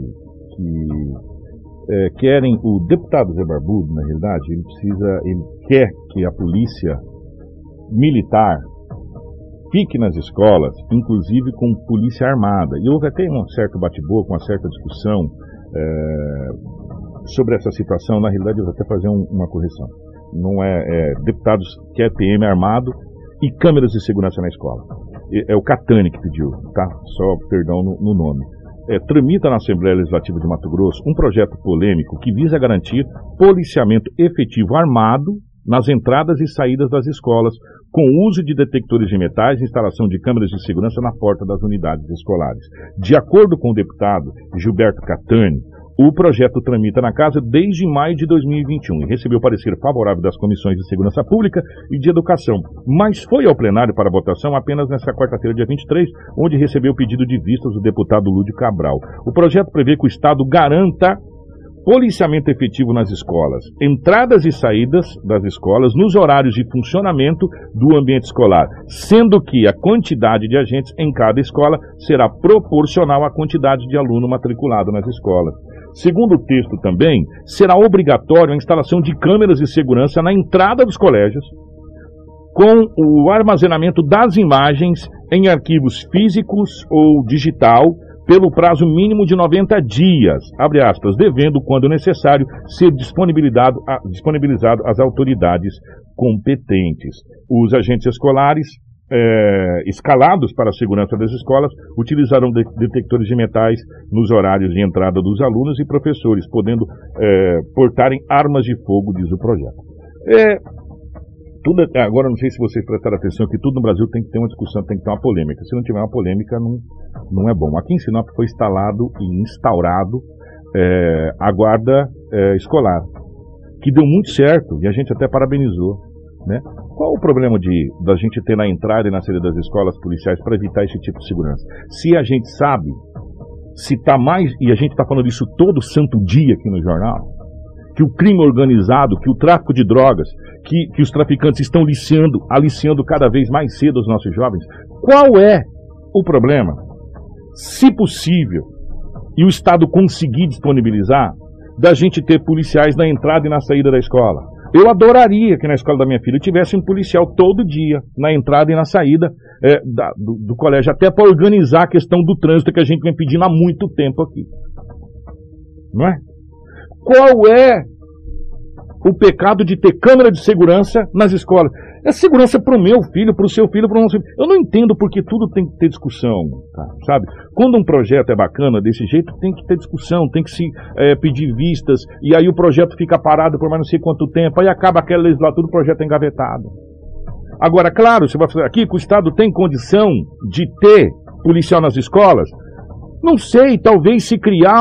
querem, o deputado Zé Barbudo, na realidade, ele quer que a polícia militar fique nas escolas, inclusive com polícia armada. E houve até um certo bate-boca, uma certa discussão sobre essa situação. Na realidade, eu vou até fazer uma correção. Não deputados quer PM armado e câmeras de segurança na escola. É o Catani que pediu, tá? Só perdão no nome. Tramita na Assembleia Legislativa de Mato Grosso um projeto polêmico que visa garantir policiamento efetivo armado nas entradas e saídas das escolas, com uso de detectores de metais e instalação de câmeras de segurança na porta das unidades escolares. De acordo com o deputado Gilberto Catani, o projeto tramita na Casa desde maio de 2021 e recebeu parecer favorável das comissões de Segurança Pública e de Educação, mas foi ao plenário para votação apenas nesta quarta-feira, dia 23, onde recebeu o pedido de vistas do deputado Lúdio Cabral. O projeto prevê que o Estado garanta policiamento efetivo nas escolas, entradas e saídas das escolas, nos horários de funcionamento do ambiente escolar, sendo que a quantidade de agentes em cada escola será proporcional à quantidade de aluno matriculado nas escolas. Segundo o texto também, será obrigatório a instalação de câmeras de segurança na entrada dos colégios, com o armazenamento das imagens em arquivos físicos ou digital, pelo prazo mínimo de 90 dias, abre aspas, devendo, quando necessário, ser disponibilizado às autoridades competentes. Os agentes escolares, escalados para a segurança das escolas, utilizarão detectores de metais nos horários de entrada dos alunos e professores, podendo portarem armas de fogo, diz o projeto. Agora, não sei se vocês prestaram atenção que tudo no Brasil tem que ter uma discussão, tem que ter uma polêmica. Se não tiver uma polêmica, não é bom. Aqui em Sinop foi instalado e instaurado a guarda escolar, que deu muito certo e a gente até parabenizou, né? Qual o problema da gente ter na entrada e na saída das escolas policiais para evitar esse tipo de segurança? Se a gente sabe, se está mais, e a gente está falando isso todo santo dia aqui no jornal, que o crime organizado, que o tráfico de drogas, que os traficantes estão aliciando cada vez mais cedo os nossos jovens. Qual é o problema? Se possível, e o Estado conseguir disponibilizar, da gente ter policiais na entrada e na saída da escola. Eu adoraria que na escola da minha filha tivesse um policial todo dia, na entrada e na saída do colégio, até para organizar a questão do trânsito que a gente vem pedindo há muito tempo aqui. Não é? Qual é o pecado de ter câmera de segurança nas escolas? É segurança para o meu filho, para o seu filho, para o nosso filho. Eu não entendo porque tudo tem que ter discussão, sabe? Quando um projeto é bacana desse jeito, tem que ter discussão, tem que se pedir vistas, e aí o projeto fica parado por mais não sei quanto tempo, aí acaba aquela legislatura, o projeto é engavetado. Agora, claro, você vai fazer aqui que o Estado tem condição de ter policial nas escolas. Não sei, talvez se criar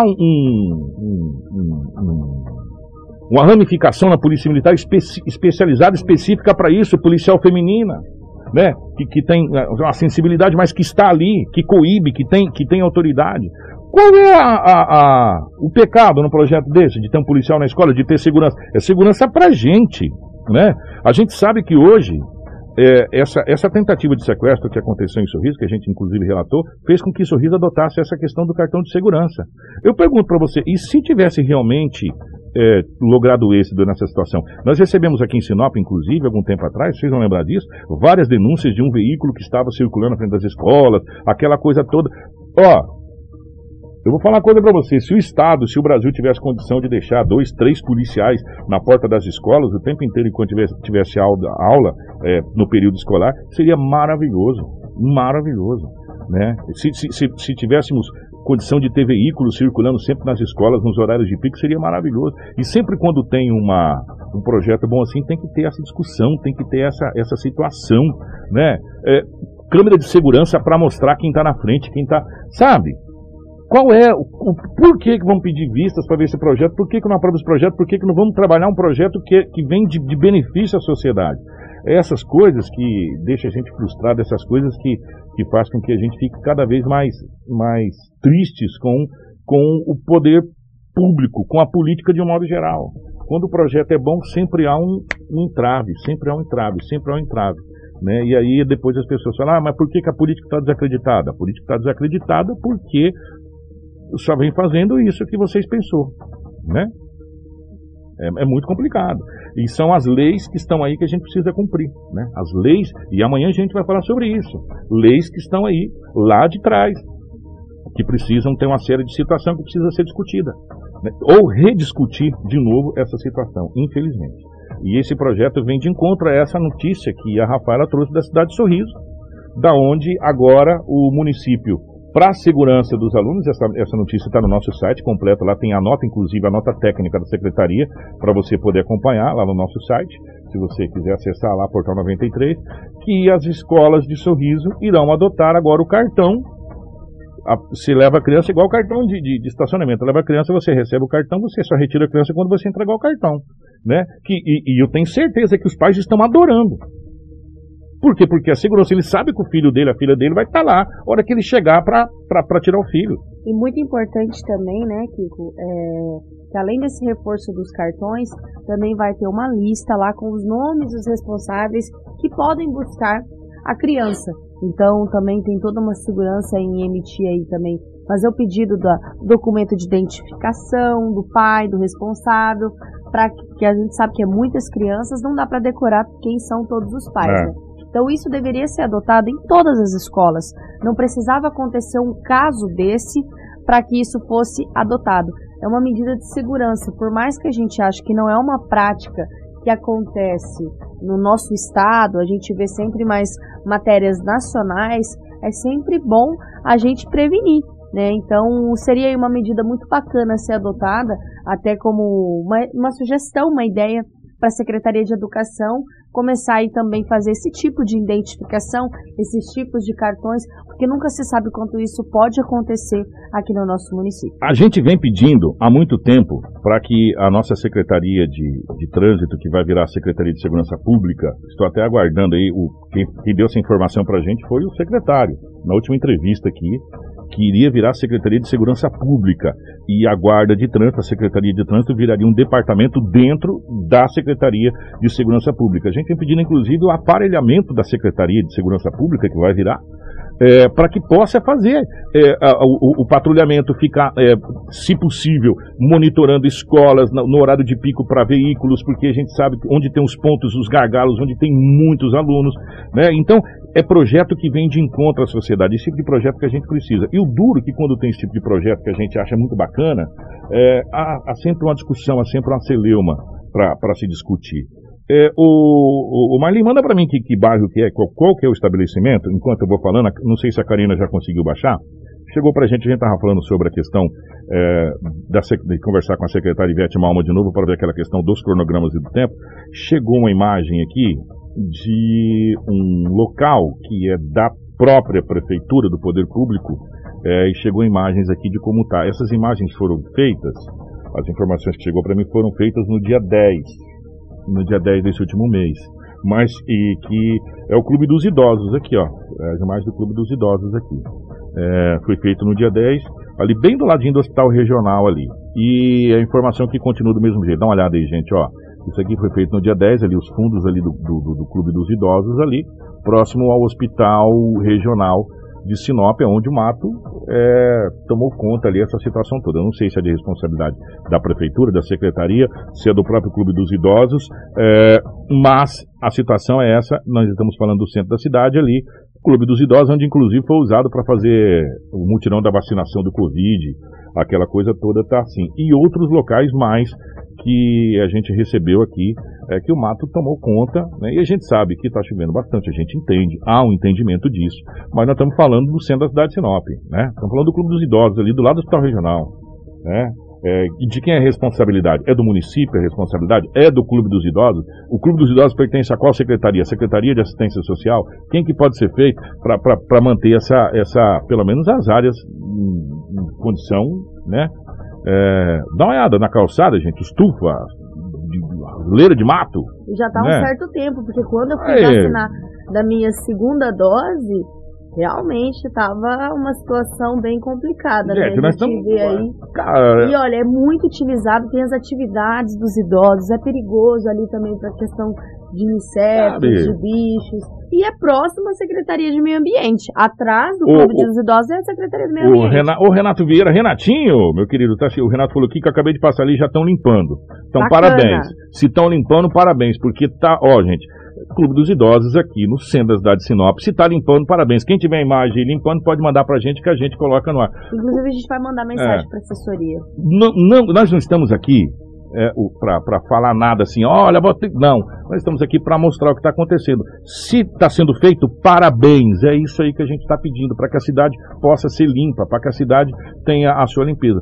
uma ramificação na Polícia Militar especializada, específica para isso, policial feminina, né? Que tem uma sensibilidade, mas que está ali, que coíbe, que tem autoridade. Qual é o pecado num projeto desse, de ter um policial na escola, de ter segurança? É segurança para a gente, né? A gente sabe que hoje, essa tentativa de sequestro que aconteceu em Sorriso, que a gente inclusive relatou, fez com que Sorriso adotasse essa questão do cartão de segurança. Eu pergunto para você, e se tivesse realmente logrado êxito nessa situação? Nós recebemos aqui em Sinop, inclusive, algum tempo atrás, vocês vão lembrar disso, várias denúncias de um veículo que estava circulando na frente das escolas, aquela coisa toda. Eu vou falar uma coisa para você, se o Brasil tivesse condição de deixar 2, 3 policiais na porta das escolas o tempo inteiro enquanto tivesse aula no período escolar, seria maravilhoso, né? Se tivéssemos condição de ter veículos circulando sempre nas escolas, nos horários de pico, seria maravilhoso. E sempre quando tem um projeto bom assim, tem que ter essa discussão, tem que ter essa situação, né? câmera de segurança para mostrar quem está na frente, quem está, sabe? Qual é, por que vão pedir vistas para ver esse projeto, por que não aprova esse projeto, por que não vamos trabalhar um projeto que vem de benefício à sociedade? Essas coisas que deixam a gente frustrado, essas coisas que fazem com que a gente fique cada vez mais tristes com o poder público, com a política de um modo geral. Quando o projeto é bom, sempre há um entrave, né? E aí depois as pessoas falam, mas por que a política está desacreditada? A política está desacreditada porque só vem fazendo isso que vocês pensou, né? É muito complicado. E são as leis que estão aí que a gente precisa cumprir, né? As leis, e amanhã a gente vai falar sobre isso. Leis que estão aí, lá de trás, que precisam ter uma série de situações que precisa ser discutida, né? Ou rediscutir de novo essa situação, infelizmente. E esse projeto vem de encontro a essa notícia que a Rafaela trouxe da cidade de Sorriso, da onde agora o município, para a segurança dos alunos, essa notícia está no nosso site completo, lá tem a nota, inclusive a nota técnica da secretaria, para você poder acompanhar lá no nosso site, se você quiser acessar lá, Portal 93, que as escolas de Sorriso irão adotar agora o cartão. Você leva a criança igual o cartão de estacionamento, leva a criança, você recebe o cartão, você só retira a criança quando você entregar o cartão, né? E eu tenho certeza que os pais estão adorando. Por quê? Porque a segurança, ele sabe que o filho dele, a filha dele vai estar lá, a hora que ele chegar para tirar o filho. E muito importante também, né, Kiko, que além desse reforço dos cartões, também vai ter uma lista lá com os nomes dos responsáveis que podem buscar a criança. Então também tem toda uma segurança em emitir aí também, fazer o pedido do documento de identificação do pai, do responsável, para que a gente sabe que é muitas crianças, não dá para decorar quem são todos os pais, né? Então isso deveria ser adotado em todas as escolas. Não precisava acontecer um caso desse para que isso fosse adotado. É uma medida de segurança, por mais que a gente ache que não é uma prática que acontece no nosso estado, a gente vê sempre mais matérias nacionais, é sempre bom a gente prevenir, né? Então seria aí uma medida muito bacana a ser adotada, até como uma sugestão, uma ideia para a Secretaria de Educação começar aí também fazer esse tipo de identificação, esses tipos de cartões, porque nunca se sabe quanto isso pode acontecer aqui no nosso município. A gente vem pedindo há muito tempo para que a nossa Secretaria de Trânsito, que vai virar a Secretaria de Segurança Pública, estou até aguardando aí, quem deu essa informação para a gente foi o secretário, na última entrevista aqui, que iria virar a Secretaria de Segurança Pública, e a Guarda de Trânsito, a Secretaria de Trânsito, viraria um departamento dentro da Secretaria de Segurança Pública. A gente tem pedido, inclusive, o aparelhamento da Secretaria de Segurança Pública, que vai virar, para que possa fazer o patrulhamento, ficar, se possível, monitorando escolas no horário de pico para veículos, porque a gente sabe onde tem os pontos, os gargalos, onde tem muitos alunos, né? Então, é projeto que vem de encontro à sociedade, esse tipo de projeto que a gente precisa. E o duro que quando tem esse tipo de projeto que a gente acha muito bacana, há sempre uma discussão, há sempre uma celeuma para se discutir. O Marlin, manda para mim que bairro que é, qual que é o estabelecimento, enquanto eu vou falando, não sei se a Karina já conseguiu baixar. Chegou para a gente estava falando sobre a questão de conversar com a secretária Ivete Malma de novo para ver aquela questão dos cronogramas e do tempo. Chegou uma imagem aqui de um local que é da própria prefeitura, do poder público, e chegou imagens aqui de como está. Essas imagens foram feitas, as informações que chegou para mim foram feitas no dia 10 desse último mês, mas que é o Clube dos Idosos aqui, ó, as imagens do Clube dos Idosos aqui, foi feito no dia 10, ali bem do ladinho do Hospital Regional ali, e a informação que continua do mesmo jeito. Dá uma olhada aí, gente, ó, isso aqui foi feito no dia 10, ali os fundos ali do Clube dos Idosos ali, próximo ao Hospital Regional de Sinop, onde o mato tomou conta ali, essa situação toda. Eu não sei se é de responsabilidade da prefeitura, da secretaria, se é do próprio Clube dos Idosos, mas a situação é essa. Nós estamos falando do centro da cidade ali, Clube dos Idosos, onde inclusive foi usado para fazer o mutirão da vacinação do Covid, aquela coisa toda tá assim. E outros locais mais que a gente recebeu aqui, que o mato tomou conta, né? E a gente sabe que está chovendo bastante, a gente entende, há um entendimento disso, mas nós estamos falando do centro da cidade de Sinop, né? Estamos falando do Clube dos Idosos ali, do lado do Hospital Regional, né? De quem é a responsabilidade? É do município a responsabilidade? É do Clube dos Idosos? O Clube dos Idosos pertence a qual secretaria? A Secretaria de Assistência Social? Quem que pode ser feito para manter pelo menos as áreas em condição, né? Dá uma olhada na calçada, gente, estufa, leira de mato. Já tá né? Um certo tempo, porque quando eu fui vacinar da minha segunda dose, realmente estava uma situação bem complicada, gente, né? Nós estamos... aí. Cara... E olha, é muito utilizado, tem as atividades dos idosos, é perigoso ali também para a questão de insetos, de bichos. E é próximo à Secretaria de Meio Ambiente. Atrás do Clube dos Idosos é a Secretaria de Meio Ambiente. O Renato Vieira, Renatinho, meu querido, o Renato falou aqui que eu acabei de passar ali, já estão limpando. Então, parabéns. Se estão limpando, parabéns, porque gente, Clube dos Idosos aqui no centro da cidade de Sinop, se está limpando, parabéns. Quem tiver imagem limpando, pode mandar pra gente que a gente coloca no ar. Inclusive, a gente vai mandar mensagem para assessoria. Nós não estamos aqui para falar nada assim, olha, não, nós estamos aqui para mostrar o que está acontecendo. Se está sendo feito, parabéns, é isso aí que a gente está pedindo, para que a cidade possa ser limpa, para que a cidade tenha a sua limpeza.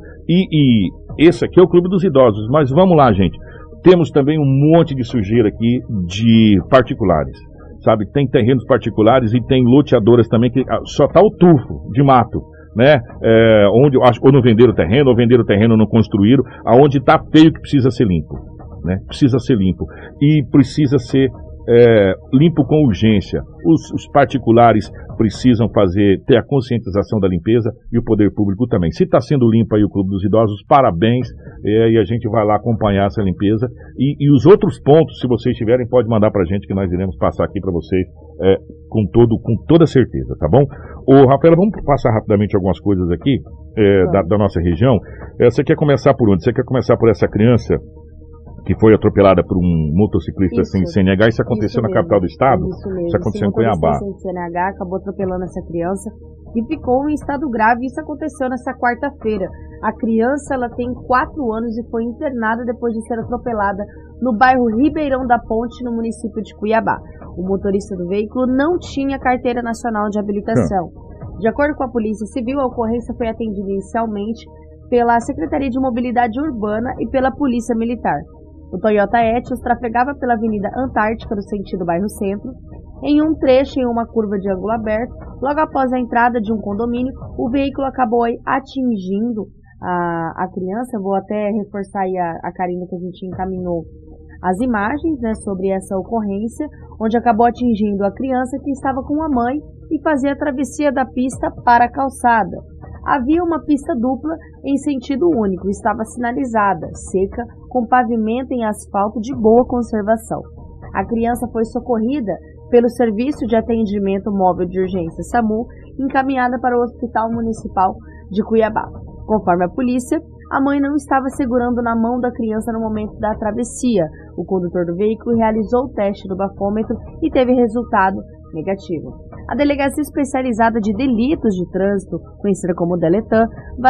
E esse aqui é o Clube dos Idosos, mas vamos lá, gente, temos também um monte de sujeira aqui de particulares, sabe, tem terrenos particulares e tem loteadoras também que só está o tufo de mato, né? Onde ou não venderam o terreno, ou venderam o terreno não construíram, aonde está feio que precisa ser limpo, né? Precisa ser limpo e precisa ser limpo com urgência. Os particulares precisam ter a conscientização da limpeza e o poder público também. Se está sendo limpo aí o Clube dos Idosos, parabéns, e a gente vai lá acompanhar essa limpeza e os outros pontos, se vocês tiverem, pode mandar para a gente que nós iremos passar aqui para vocês com toda certeza, tá bom? Ô, Rafaela, vamos passar rapidamente algumas coisas aqui da nossa região. Você quer começar por onde? Você quer começar por essa criança que foi atropelada por um motociclista sem CNH? Isso aconteceu na capital do estado? Isso mesmo. Isso aconteceu em Cuiabá. Sem CNH, acabou atropelando essa criança e ficou em estado grave. Isso aconteceu nessa quarta-feira. A criança, ela tem 4 anos e foi internada depois de ser atropelada no bairro Ribeirão da Ponte, no município de Cuiabá. O motorista do veículo não tinha carteira nacional de habilitação. De acordo com a Polícia Civil, a ocorrência foi atendida inicialmente pela Secretaria de Mobilidade Urbana e pela Polícia Militar. O Toyota Etios trafegava pela Avenida Antártica, no sentido bairro Centro. Em um trecho, em uma curva de ângulo aberto, logo após a entrada de um condomínio, o veículo acabou atingindo a criança. Vou até reforçar aí a Karina, que a gente encaminhou as imagens, né, sobre essa ocorrência, onde acabou atingindo a criança que estava com a mãe e fazia a travessia da pista para a calçada. Havia uma pista dupla em sentido único, estava sinalizada, seca, com pavimento em asfalto de boa conservação. A criança foi socorrida pelo Serviço de Atendimento Móvel de Urgência SAMU, encaminhada para o Hospital Municipal de Cuiabá. Conforme a polícia, a mãe não estava segurando na mão da criança no momento da travessia. O condutor do veículo realizou o teste do bafômetro e teve resultado negativo. A Delegacia Especializada de Delitos de Trânsito, conhecida como Deletran,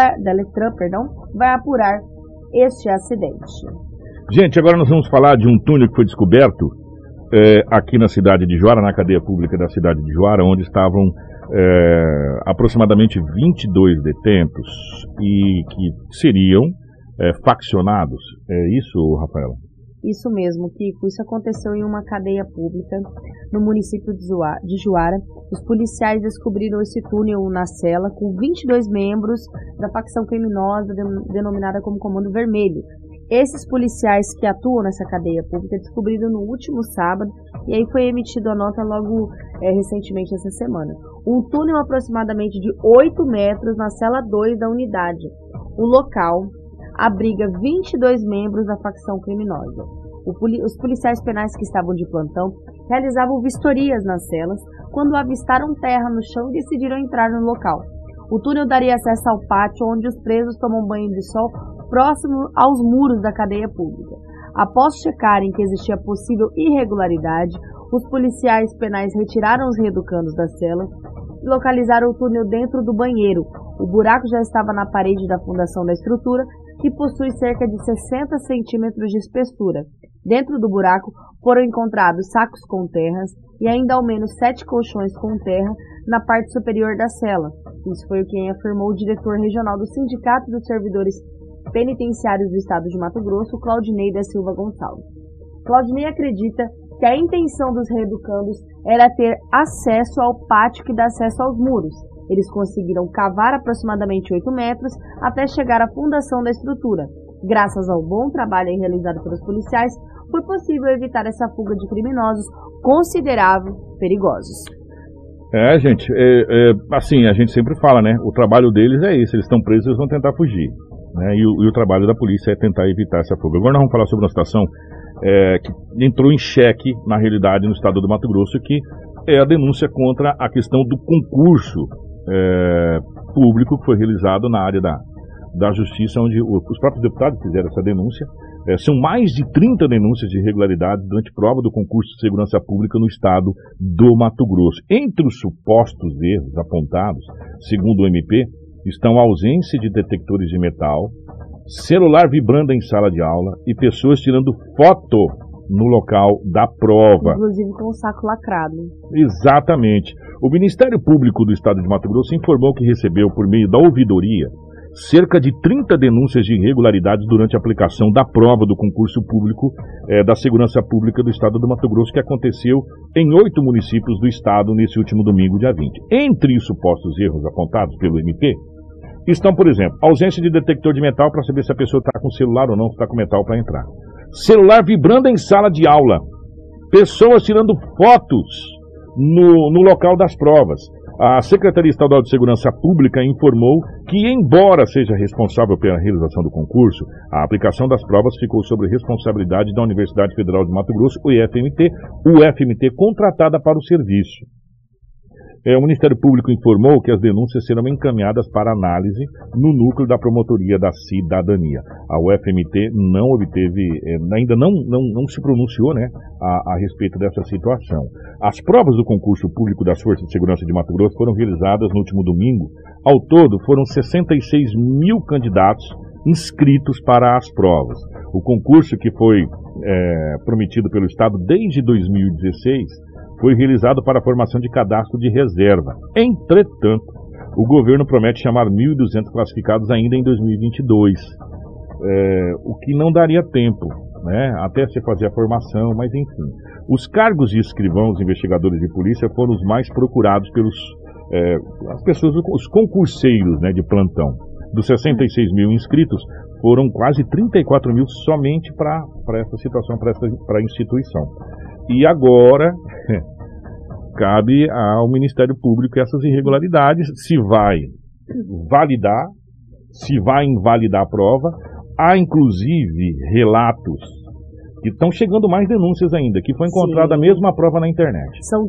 vai apurar este acidente. Gente, agora nós vamos falar de um túnel que foi descoberto aqui na cidade de Juara, na cadeia pública da cidade de Juara, onde estavam aproximadamente 22 detentos e que seriam faccionados. É isso, Rafaela? Isso mesmo, Kiko. Isso aconteceu em uma cadeia pública no município de Juara. Os policiais descobriram esse túnel na cela com 22 membros da facção criminosa denominada como Comando Vermelho. Esses policiais que atuam nessa cadeia pública descobriram no último sábado, e aí foi emitida a nota logo recentemente essa semana. Um túnel aproximadamente de 8 metros na cela 2 da unidade. O local abriga 22 membros da facção criminosa. Os policiais penais que estavam de plantão realizavam vistorias nas celas quando avistaram terra no chão e decidiram entrar no local. O túnel daria acesso ao pátio onde os presos tomam banho de sol próximo aos muros da cadeia pública. Após checarem que existia possível irregularidade, os policiais penais retiraram os reeducandos das celas e localizaram o túnel dentro do banheiro. O buraco já estava na parede da fundação da estrutura, que possui cerca de 60 centímetros de espessura. Dentro do buraco foram encontrados sacos com terras e ainda ao menos 7 colchões com terra na parte superior da cela. Isso foi o que afirmou o diretor regional do Sindicato dos Servidores Penitenciários do Estado de Mato Grosso, Claudinei da Silva Gonçalves. Claudinei acredita que a intenção dos reeducandos era ter acesso ao pátio que dá acesso aos muros. Eles conseguiram cavar aproximadamente 8 metros até chegar à fundação da estrutura. Graças ao bom trabalho realizado pelos policiais, foi possível evitar essa fuga de criminosos considerados perigosos. Gente, assim, a gente sempre fala, né? O trabalho deles é esse, eles estão presos, eles vão tentar fugir. Né? E o trabalho da polícia é tentar evitar essa fuga. Agora nós vamos falar sobre uma situação que entrou em xeque, na realidade, no estado do Mato Grosso, que é a denúncia contra a questão do concurso público que foi realizado na área da justiça, onde os próprios deputados fizeram essa denúncia. São mais de 30 denúncias de irregularidades durante prova do concurso de segurança pública no estado do Mato Grosso. Entre os supostos erros apontados, segundo o MP, estão a ausência de detectores de metal, celular vibrando em sala de aula e pessoas tirando foto no local da prova. Inclusive com o saco lacrado. Exatamente. O Ministério Público do Estado de Mato Grosso informou que recebeu, por meio da ouvidoria, cerca de 30 denúncias de irregularidades durante a aplicação da prova do concurso público da Segurança Pública do Estado do Mato Grosso, que aconteceu em 8 municípios do estado nesse último domingo, dia 20. Entre os supostos erros apontados pelo MP, estão, por exemplo, ausência de detector de metal para saber se a pessoa está com celular ou não, se está com metal para entrar. Celular vibrando em sala de aula. Pessoas tirando fotos no local das provas. A Secretaria Estadual de Segurança Pública informou que, embora seja responsável pela realização do concurso, a aplicação das provas ficou sob responsabilidade da Universidade Federal de Mato Grosso, UFMT, contratada para o serviço. O Ministério Público informou que as denúncias serão encaminhadas para análise no núcleo da Promotoria da Cidadania. A UFMT não obteve, ainda não se pronunciou, né, a respeito dessa situação. As provas do concurso público das Forças de Segurança de Mato Grosso foram realizadas no último domingo. Ao todo, foram 66 mil candidatos inscritos para as provas. O concurso, que foi prometido pelo Estado desde 2016, foi realizado para a formação de cadastro de reserva. Entretanto, o governo promete chamar 1.200 classificados ainda em 2022, o que não daria tempo, né, até se fazer a formação, mas enfim. Os cargos de escrivãos, investigadores de polícia foram os mais procurados pelos as pessoas, os concurseiros, né, de plantão. Dos 66 mil inscritos, foram quase 34 mil somente para essa situação, para a instituição. E agora cabe ao Ministério Público essas irregularidades, se vai validar, se vai invalidar a prova. Há inclusive relatos que estão chegando mais denúncias ainda, que foi encontrada a mesma prova na internet. São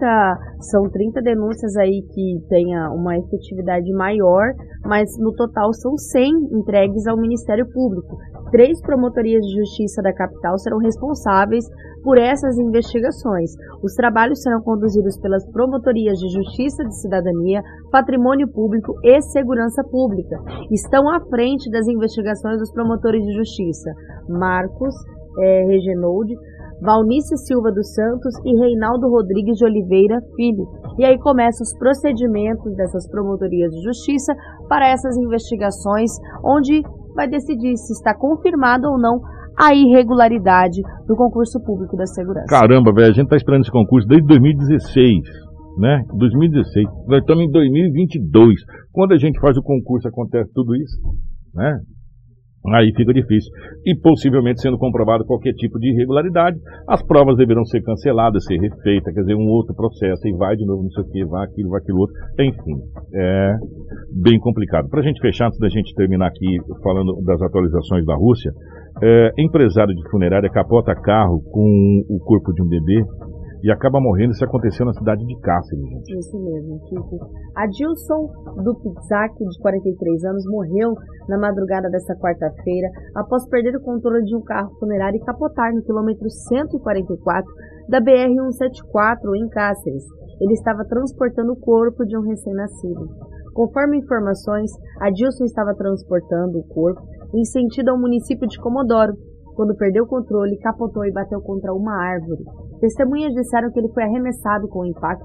30 denúncias aí que tenha uma efetividade maior, mas no total são 100 entregues ao Ministério Público. 3 promotorias de justiça da capital serão responsáveis por essas investigações. Os trabalhos serão conduzidos pelas promotorias de Justiça de Cidadania, Patrimônio Público e Segurança Pública. Estão à frente das investigações dos promotores de justiça Marcos Regenoldi, Valnice Silva dos Santos e Reinaldo Rodrigues de Oliveira Filho. E aí começam os procedimentos dessas promotorias de justiça para essas investigações, onde vai decidir se está confirmada ou não a irregularidade do concurso público da segurança. Caramba, velho, a gente está esperando esse concurso desde 2016, né? 2016. Nós estamos em 2022. Quando a gente faz o concurso, acontece tudo isso, né? Aí fica difícil. E possivelmente, sendo comprovado qualquer tipo de irregularidade, as provas deverão ser canceladas, ser refeitas, quer dizer, um outro processo, e vai de novo, não sei o que, vai aquilo, outro. Enfim, é bem complicado. Para a gente fechar, antes da gente terminar aqui falando das atualizações da Rússia, empresário de funerária capota carro com o corpo de um bebê e acaba morrendo. Isso aconteceu na cidade de Cáceres, gente. Isso mesmo, Kiko. Adilson Dupizak, de 43 anos, morreu na madrugada desta quarta-feira após perder o controle de um carro funerário e capotar no quilômetro 144 da BR-174 em Cáceres. Ele estava transportando o corpo de um recém-nascido. Conforme informações, Adilson estava transportando o corpo em sentido ao município de Comodoro, quando perdeu o controle, capotou e bateu contra uma árvore. Testemunhas disseram que ele foi arremessado com o impacto,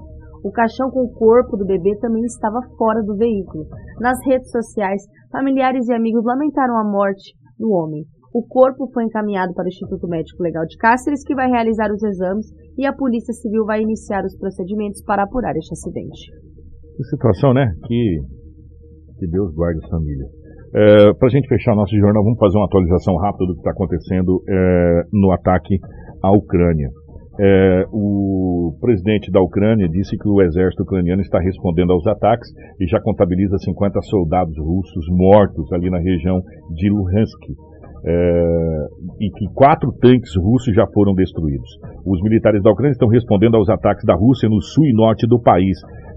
O caixão com o corpo do bebê também estava fora do veículo. Nas redes sociais, familiares e amigos lamentaram a morte do homem. O corpo foi encaminhado para o Instituto Médico Legal de Cáceres, que vai realizar os exames, e a Polícia Civil vai iniciar os procedimentos para apurar este acidente. Que situação, né? Que Deus guarde as famílias. Para a gente fechar nosso jornal, vamos fazer uma atualização rápida do que está acontecendo no ataque à Ucrânia. O presidente da Ucrânia disse que o exército ucraniano está respondendo aos ataques e já contabiliza 50 soldados russos mortos ali na região de Luhansk. E que 4 tanques russos já foram destruídos. Os militares da Ucrânia estão respondendo aos ataques da Rússia no sul e norte do país,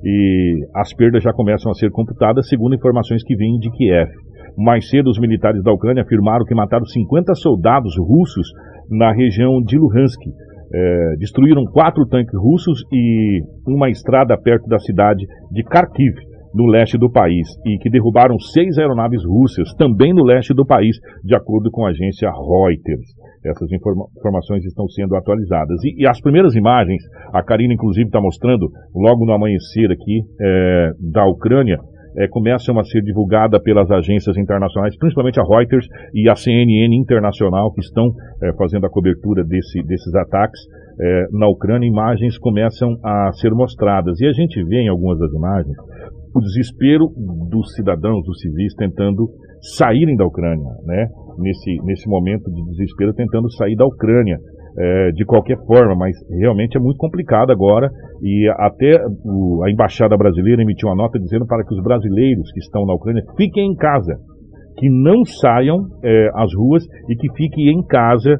e as perdas já começam a ser computadas segundo informações que vêm de Kiev. Mais cedo, os militares da Ucrânia afirmaram que mataram 50 soldados russos na região de Luhansk. Destruíram 4 tanques russos e uma estrada perto da cidade de Kharkiv, no leste do país, e que derrubaram 6 aeronaves russas, também no leste do país, de acordo com a agência Reuters. Essas informações estão sendo atualizadas. E as primeiras imagens, a Karina inclusive está mostrando, logo no amanhecer aqui da Ucrânia, começam a ser divulgadas pelas agências internacionais, principalmente a Reuters e a CNN Internacional, que estão fazendo a cobertura desses ataques na Ucrânia. Imagens começam a ser mostradas. E a gente vê em algumas das imagens o desespero dos cidadãos, dos civis, tentando saírem da Ucrânia, né? Nesse momento de desespero, tentando sair da Ucrânia de qualquer forma, mas realmente é muito complicado agora, e até a Embaixada Brasileira emitiu uma nota dizendo para que os brasileiros que estão na Ucrânia fiquem em casa, que não saiam às ruas e que fiquem em casa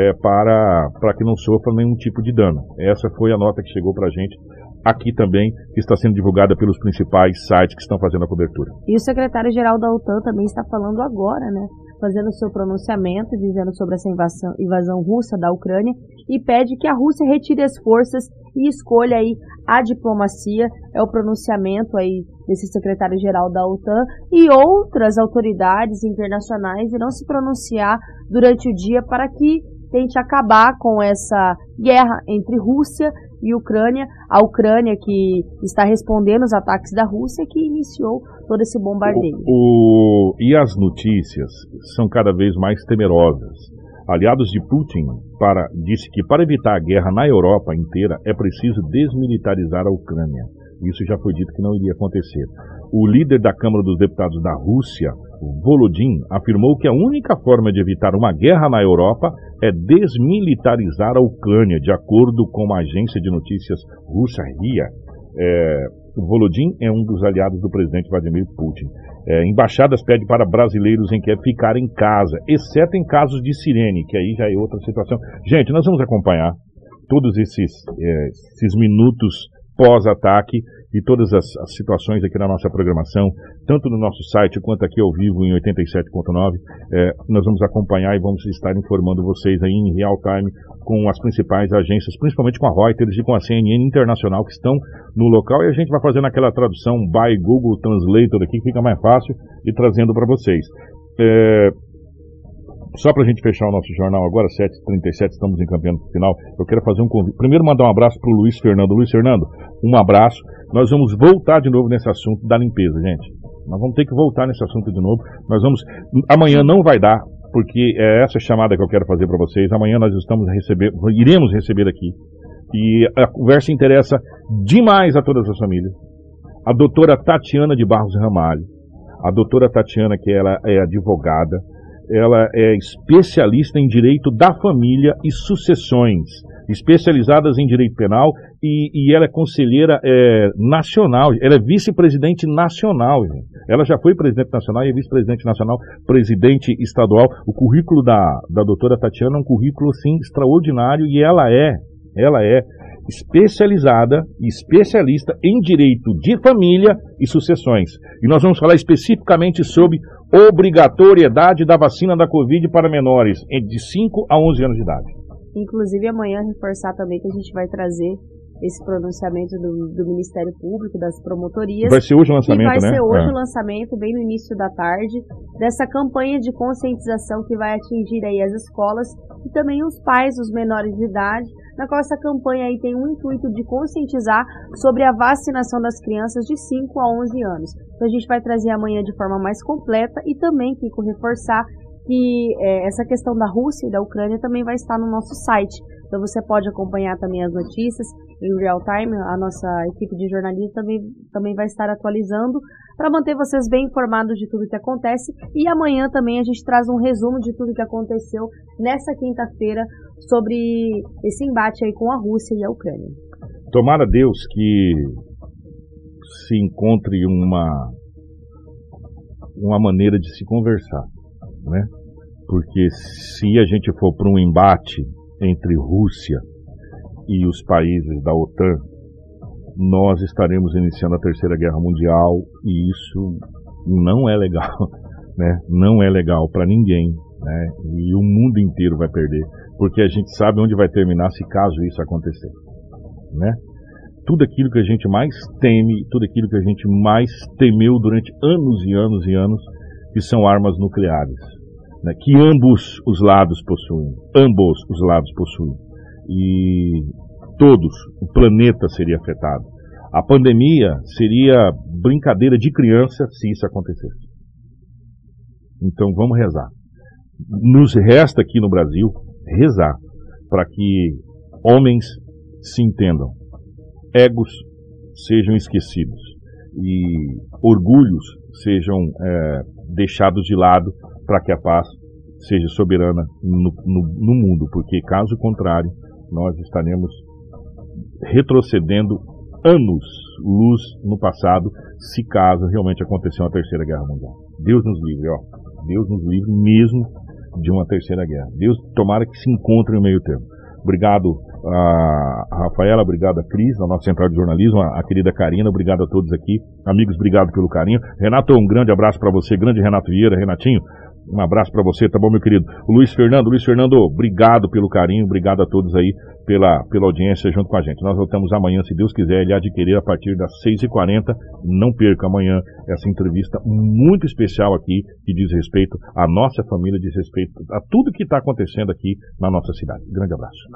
para que não sofram nenhum tipo de dano. Essa foi a nota que chegou para a gente aqui também, que está sendo divulgada pelos principais sites que estão fazendo a cobertura. E o secretário-geral da OTAN também está falando agora, né? Fazendo o seu pronunciamento, dizendo sobre essa invasão russa da Ucrânia, e pede que a Rússia retire as forças e escolha aí a diplomacia. É o pronunciamento aí desse secretário-geral da OTAN, e outras autoridades internacionais irão se pronunciar durante o dia para que tente acabar com essa guerra entre Rússia e Ucrânia. A Ucrânia que está respondendo os ataques da Rússia, que iniciou todo esse bombardeio. E as notícias são cada vez mais temerosas. Aliados de Putin disse que para evitar a guerra na Europa inteira é preciso desmilitarizar a Ucrânia. Isso já foi dito que não iria acontecer. O líder da Câmara dos Deputados da Rússia, Volodin, afirmou que a única forma de evitar uma guerra na Europa é desmilitarizar a Ucrânia, de acordo com a agência de notícias russa RIA. O Volodin é um dos aliados do presidente Vladimir Putin. Embaixadas pedem para brasileiros em Kiev ficar em casa, exceto em casos de sirene, que aí já é outra situação. Gente, nós vamos acompanhar todos esses minutos pós-ataque e todas as situações aqui na nossa programação, tanto no nosso site quanto aqui ao vivo em 87.9. Nós vamos acompanhar e vamos estar informando vocês aí em real time com as principais agências, principalmente com a Reuters e com a CNN Internacional, que estão no local, e a gente vai fazendo aquela tradução by Google Translator aqui, que fica mais fácil, e trazendo para vocês. Só para a gente fechar o nosso jornal agora, 7h37, estamos encaminhando para o final. Eu quero fazer um convite. Primeiro, mandar um abraço para o Luiz Fernando. Luiz Fernando, um abraço. Nós vamos voltar de novo nesse assunto da limpeza, gente. Nós vamos ter que voltar nesse assunto de novo. Amanhã não vai dar, porque é essa chamada que eu quero fazer para vocês. Amanhã nós iremos receber aqui. E a conversa interessa demais a todas as famílias. A doutora Tatiana de Barros Ramalho. A doutora Tatiana, que ela é advogada. Ela é especialista em direito da família e sucessões, especializadas em direito penal, e ela é conselheira nacional, ela é vice-presidente nacional, gente. Ela já foi presidente nacional e é vice-presidente nacional, presidente estadual. O currículo da doutora Tatiana é um currículo assim, extraordinário, e ela é especializada e especialista em direito de família e sucessões. E nós vamos falar especificamente sobre obrigatoriedade da vacina da Covid para menores de 5 a 11 anos de idade. Inclusive, amanhã reforçar também que a gente vai trazer esse pronunciamento do Ministério Público, das promotorias. Vai ser hoje o lançamento, né? Vai ser hoje o lançamento, bem no início da tarde, dessa campanha de conscientização que vai atingir aí as escolas e também os pais, os menores de idade, na qual essa campanha aí tem o intuito de conscientizar sobre a vacinação das crianças de 5 a 11 anos. Então a gente vai trazer amanhã de forma mais completa e também, Kiko, reforçar que essa questão da Rússia e da Ucrânia também vai estar no nosso site. Então você pode acompanhar também as notícias em real time. A nossa equipe de jornalistas também vai estar atualizando para manter vocês bem informados de tudo que acontece. E amanhã também a gente traz um resumo de tudo que aconteceu nessa quinta-feira sobre esse embate aí com a Rússia e a Ucrânia. Tomara Deus que se encontre uma maneira de se conversar, né? Porque se a gente for para um embate entre Rússia e os países da OTAN, nós estaremos iniciando a Terceira Guerra Mundial e isso não é legal, né? Não é legal para ninguém, né? E o mundo inteiro vai perder, porque a gente sabe onde vai terminar se caso isso acontecer, né? Tudo aquilo que a gente mais teme, tudo aquilo que a gente mais temeu durante anos e anos e anos, que são armas nucleares, né, que ambos os lados possuem. E todos, o planeta seria afetado. A pandemia seria brincadeira de criança se isso acontecesse. Então vamos rezar. Nos resta aqui no Brasil rezar para que homens se entendam, egos sejam esquecidos e orgulhos sejam deixados de lado para que a paz seja soberana no mundo, porque caso contrário nós estaremos retrocedendo anos-luz no passado, se caso realmente acontecer uma terceira guerra mundial. Deus nos livre, Deus nos livre mesmo de uma terceira guerra. Deus tomara que se encontre no meio termo. Obrigado a Rafaela, obrigado a Cris, na nossa central de jornalismo, a querida Karina, obrigado a todos aqui. Amigos, obrigado pelo carinho. Renato, um grande abraço para você, grande Renato Vieira. Renatinho, um abraço para você, tá bom, meu querido? O Luiz Fernando, obrigado pelo carinho, obrigado a todos aí pela audiência junto com a gente. Nós voltamos amanhã, se Deus quiser, ele adquirir a partir das 6h40. Não perca amanhã essa entrevista muito especial aqui, que diz respeito à nossa família, diz respeito a tudo que está acontecendo aqui na nossa cidade. Grande abraço.